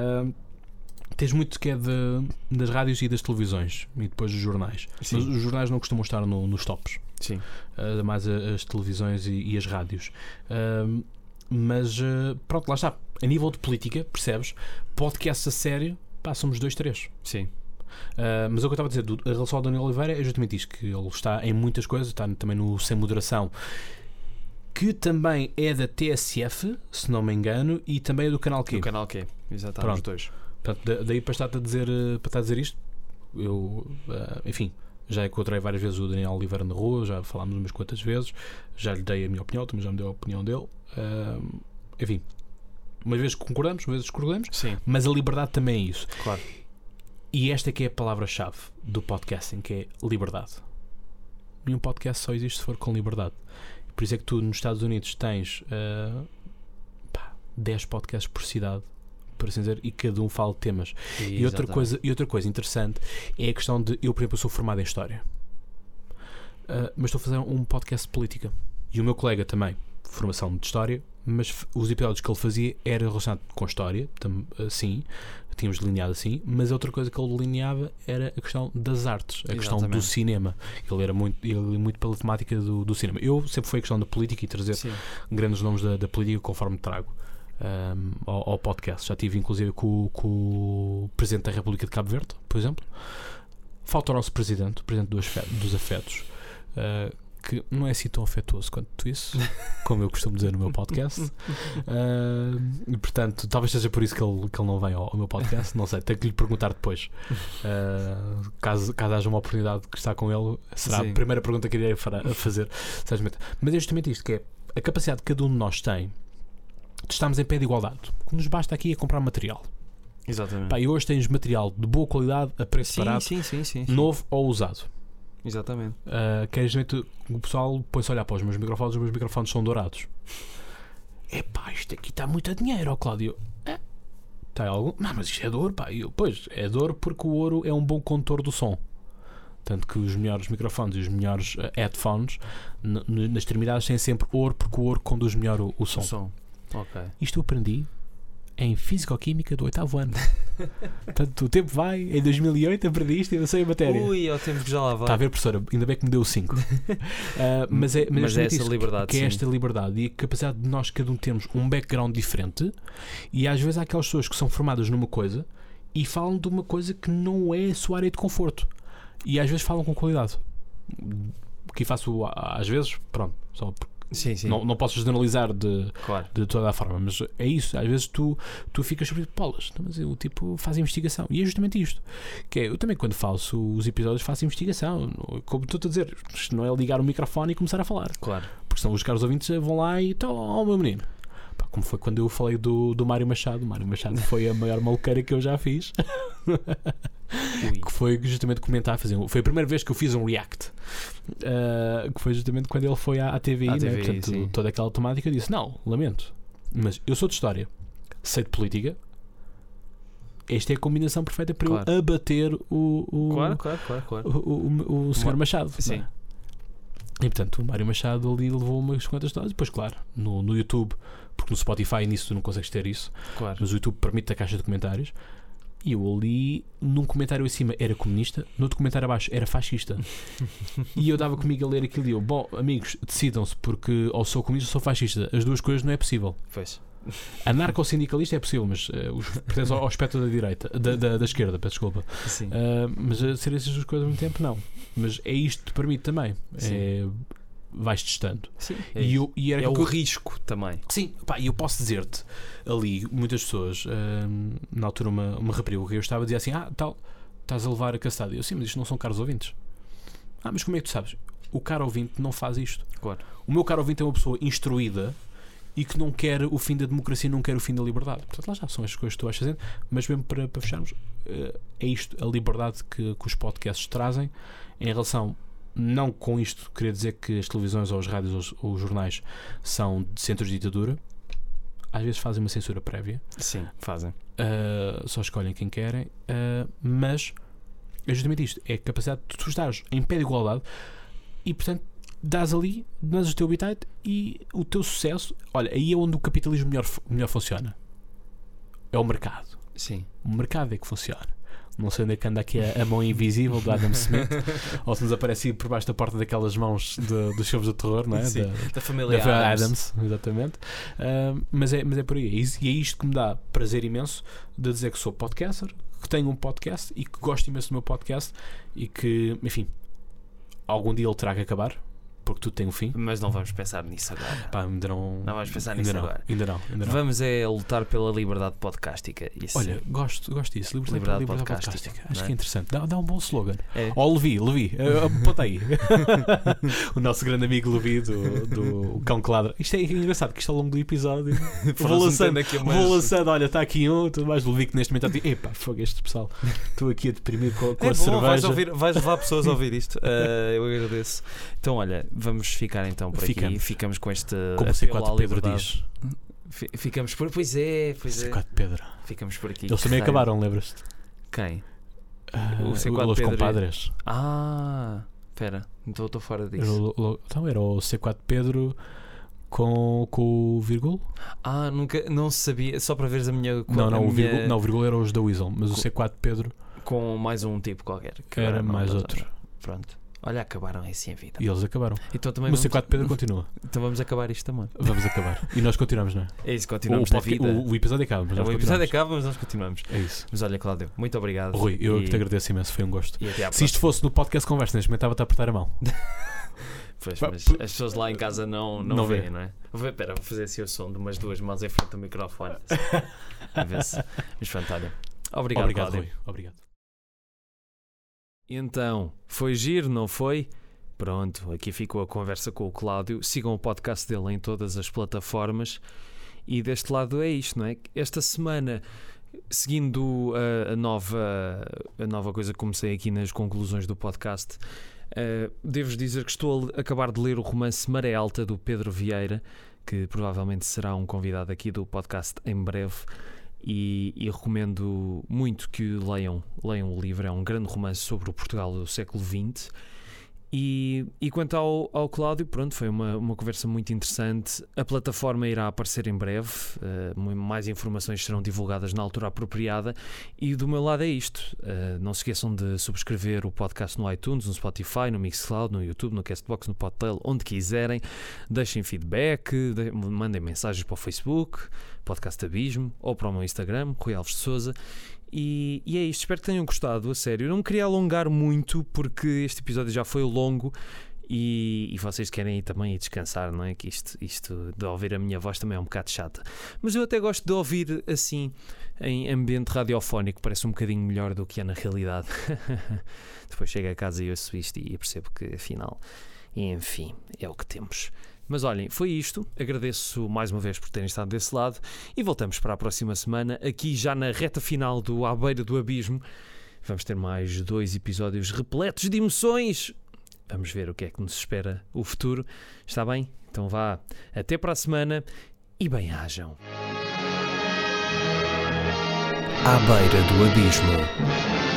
Tens muito que é das rádios e das televisões e depois dos jornais. Sim. Mas os jornais não costumam estar nos tops.
Sim.
Mais as televisões e as rádios. Mas pronto, lá está. A nível de política, percebes? Podcast a sério, somos 2, 3.
Sim.
Mas o que eu estava a dizer em relação ao Daniel Oliveira é justamente isto, que ele está em muitas coisas, está também no Sem Moderação, que também é da TSF, se não me engano, e também é do Canal Q.
Do Canal Q, exatamente, os dois.
Portanto, daí para estar a dizer isto, eu, enfim, já encontrei várias vezes o Daniel Oliveira na rua, já falámos umas quantas vezes, já lhe dei a minha opinião, também já me deu a opinião dele. Enfim, umas vezes concordamos, umas vezes discordamos, mas a liberdade também é isso.
Claro.
E esta que é a palavra-chave do podcasting, que é liberdade. Nenhum podcast só existe se for com liberdade. Por isso é que tu nos Estados Unidos tens 10 podcasts por cidade, por assim dizer, e cada um fala de temas. E outra coisa interessante é a questão de eu, por exemplo, sou formado em História, mas estou a fazer um podcast de política. E o meu colega também, formação de História, mas os episódios que ele fazia era relacionado com História, sim, tínhamos delineado assim, mas a outra coisa que ele delineava era a questão das artes, a questão do cinema. Ele era muito pela temática do cinema. Eu sempre fui a questão da política e trazer grandes nomes da política conforme trago ao podcast. Já tive inclusive com o Presidente da República de Cabo Verde, por exemplo. Falta o nosso Presidente dos Afetos, que não é assim tão afetuoso quanto isso, como eu costumo dizer no meu podcast. E portanto, talvez seja por isso que ele não vem ao meu podcast. Não sei, tenho que lhe perguntar depois. Caso haja uma oportunidade de estar com ele, será a primeira pergunta que irei fazer. Mas é justamente isto, que é a capacidade que cada um de nós tem de estarmos em pé de igualdade. O que nos basta aqui é comprar material.
Exatamente.
E hoje tens material de boa qualidade a preço barato, novo ou usado.
Exatamente.
O pessoal põe-se a olhar para os meus microfones são dourados. Isto aqui está muito a dinheiro, Cláudio. Está algum? Não, mas isto é de ouro, pois, é de ouro porque o ouro é um bom condutor do som. Tanto que os melhores microfones e os melhores headphones nas extremidades têm sempre ouro, porque o ouro conduz melhor o som.
Okay.
Isto eu aprendi em Físico-Química do 8º ano. Portanto, o tempo vai. Em 2008 aprendi isto e eu sei a matéria.
Ui, ao tempo que já lá vai.
Está a ver, professora? Ainda bem que me deu 5. Mas é
essa liberdade.
Que é esta liberdade e a capacidade de nós cada um termos um background diferente. E às vezes há aquelas pessoas que são formadas numa coisa e falam de uma coisa que não é a sua área de conforto. E às vezes falam com qualidade. O que faço às vezes, pronto, só porque não posso generalizar de toda a forma, mas é isso. Às vezes tu ficas sobre polas, mas eu faço investigação, e é justamente isto que é, eu também quando faço os episódios faço investigação, como estou a dizer, isto não é ligar o microfone e começar a falar, porque senão os caros ouvintes vão lá e estão, meu menino, como foi quando eu falei do Mário Machado. O Mário Machado foi a maior maluqueira que eu já fiz. que foi justamente comentar, foi a primeira vez que eu fiz um react, que foi justamente quando ele foi à TVI, né? Portanto, toda aquela temática, disse, não, lamento, mas eu sou de história, sei de política, esta é a combinação perfeita para eu abater o Sr. Machado.
Sim.
E portanto o Mário Machado ali levou umas quantas todas. Depois, claro, no YouTube, porque no Spotify nisso tu não consegues ter isso, mas o YouTube permite a caixa de comentários. E eu ali, num comentário acima era comunista, no outro comentário abaixo era fascista. E eu dava comigo a ler aquilo e eu, bom, amigos, decidam-se, porque ou sou comunista ou sou fascista. As duas coisas não é possível.
Pois.
Anarco-sindicalista é possível, mas pertence ao espectro da direita, da esquerda, peço desculpa. Mas ser essas duas coisas ao mesmo tempo, não. Mas é isto que te permite também. Vais testando.
Sim,
é
o risco também.
Sim, pá, e eu posso dizer-te ali, muitas pessoas, na altura, uma rapariga que eu estava a dizer assim: tal, estás a levar a caçada. Eu, sim, mas isto não são caros ouvintes. Mas como é que tu sabes? O caro ouvinte não faz isto.
Claro.
O meu caro ouvinte é uma pessoa instruída e que não quer o fim da democracia, não quer o fim da liberdade. Portanto, lá já são as coisas que tu vais fazendo. Mas mesmo para fecharmos, é isto, a liberdade que os podcasts trazem em relação. Não com isto queria dizer que as televisões ou as rádios ou os jornais são de centros de ditadura. Às vezes fazem uma censura prévia.
Sim, fazem.
Só escolhem quem querem. Mas é justamente isto. É a capacidade de tu estares em pé de igualdade e, portanto, dás ali, dás o teu habitat e o teu sucesso. Olha, aí é onde o capitalismo melhor funciona. É o mercado.
Sim.
O mercado é que funciona. Não sei onde é que anda aqui a mão invisível do Adam Smith, ou se nos aparece por baixo da porta daquelas mãos dos filmes de terror, não é?
Sim, da família Adams.
Exatamente. Mas é por aí. E é isto que me dá prazer imenso de dizer que sou podcaster, que tenho um podcast e que gosto imenso do meu podcast e que, enfim, algum dia ele terá que acabar. Porque tudo tem um fim.
Mas não vamos pensar nisso agora.
Não
vamos pensar nisso agora.
Ainda não.
Vamos lutar pela liberdade podcástica. Isso.
Olha, gosto disso. Liberdade podcástica. Acho que é interessante. Dá um bom slogan. Levi, bota aí. O nosso grande amigo Levi do Cão que Ladra. Isto é engraçado, que isto ao longo do episódio vou lançando. Olha, está aqui tudo mais. Levi que neste momento está a dizer, epá, fogo este pessoal. Estou aqui a deprimir com a cerveja.
Vais levar pessoas a ouvir isto. Eu agradeço. Então, olha, vamos ficar então por aqui. Ficamos com este.
Como o C4 Pedro diz.
Ficamos por. Pois é.
C4 Pedro.
Ficamos por aqui.
Eles também acabaram, lembras-te?
Quem?
O C4 Pedro. Compadres.
Espera, então estou fora disso.
Então era o C4 Pedro com o vírgula?
Não sabia. Só para veres a minha.
O vírgula era os da Weasel, mas o C4 Pedro.
Com mais um tipo qualquer.
Era mais outro.
Pronto. Olha, acabaram assim a vida.
E eles acabaram.
Então, também
mas o C4 Pedro continua.
Então vamos acabar isto também.
Vamos acabar. E nós continuamos, não é?
É isso, continuamos na vida.
O episódio acaba, mas nós
episódio acaba, mas nós continuamos.
É isso.
Mas olha, Cláudio, muito obrigado.
Rui, eu te agradeço imenso, foi um gosto.
Se
isto fosse no podcast Conversa, neste momento estava-te a apertar a mão.
Pois, mas as pessoas lá em casa não veem, não é? Vou fazer assim o som de umas duas mãos em frente ao microfone. A ver se. Mas pronto, olha. Obrigado, Cláudio.
Rui. Obrigado.
Então, foi giro, não foi? Pronto, aqui ficou a conversa com o Cláudio. Sigam o podcast dele em todas as plataformas. E deste lado é isto, não é? Esta semana, seguindo a nova coisa que comecei aqui nas conclusões do podcast, devo-vos dizer que estou a acabar de ler o romance Maré Alta, do Pedro Vieira, que provavelmente será um convidado aqui do podcast em breve. E recomendo muito que leiam o livro. É um grande romance sobre o Portugal do século XX. E quanto ao Cláudio, pronto, foi uma conversa muito interessante. A plataforma irá aparecer em breve, mais informações serão divulgadas na altura apropriada. E do meu lado é isto. Não se esqueçam de subscrever o podcast no iTunes, no Spotify, no Mixcloud, no YouTube, no Castbox, no Podtail, onde quiserem. Deixem feedback, mandem mensagens para o Facebook, Podcast Abismo, ou para o meu Instagram, Rui Alves de Sousa. E é isto, espero que tenham gostado, a sério. Eu não me queria alongar muito porque este episódio já foi longo e vocês querem ir também descansar, não é? Que isto de ouvir a minha voz também é um bocado chata. Mas eu até gosto de ouvir assim em ambiente radiofónico, parece um bocadinho melhor do que é na realidade. Depois chego a casa e ouço isto e percebo que afinal, enfim, é o que temos. Mas olhem, foi isto. Agradeço mais uma vez por terem estado desse lado e voltamos para a próxima semana, aqui já na reta final do À Beira do Abismo. Vamos ter mais 2 episódios repletos de emoções. Vamos ver o que é que nos espera o futuro. Está bem? Então vá. Até para a semana e bem-ajam.
À beira do abismo.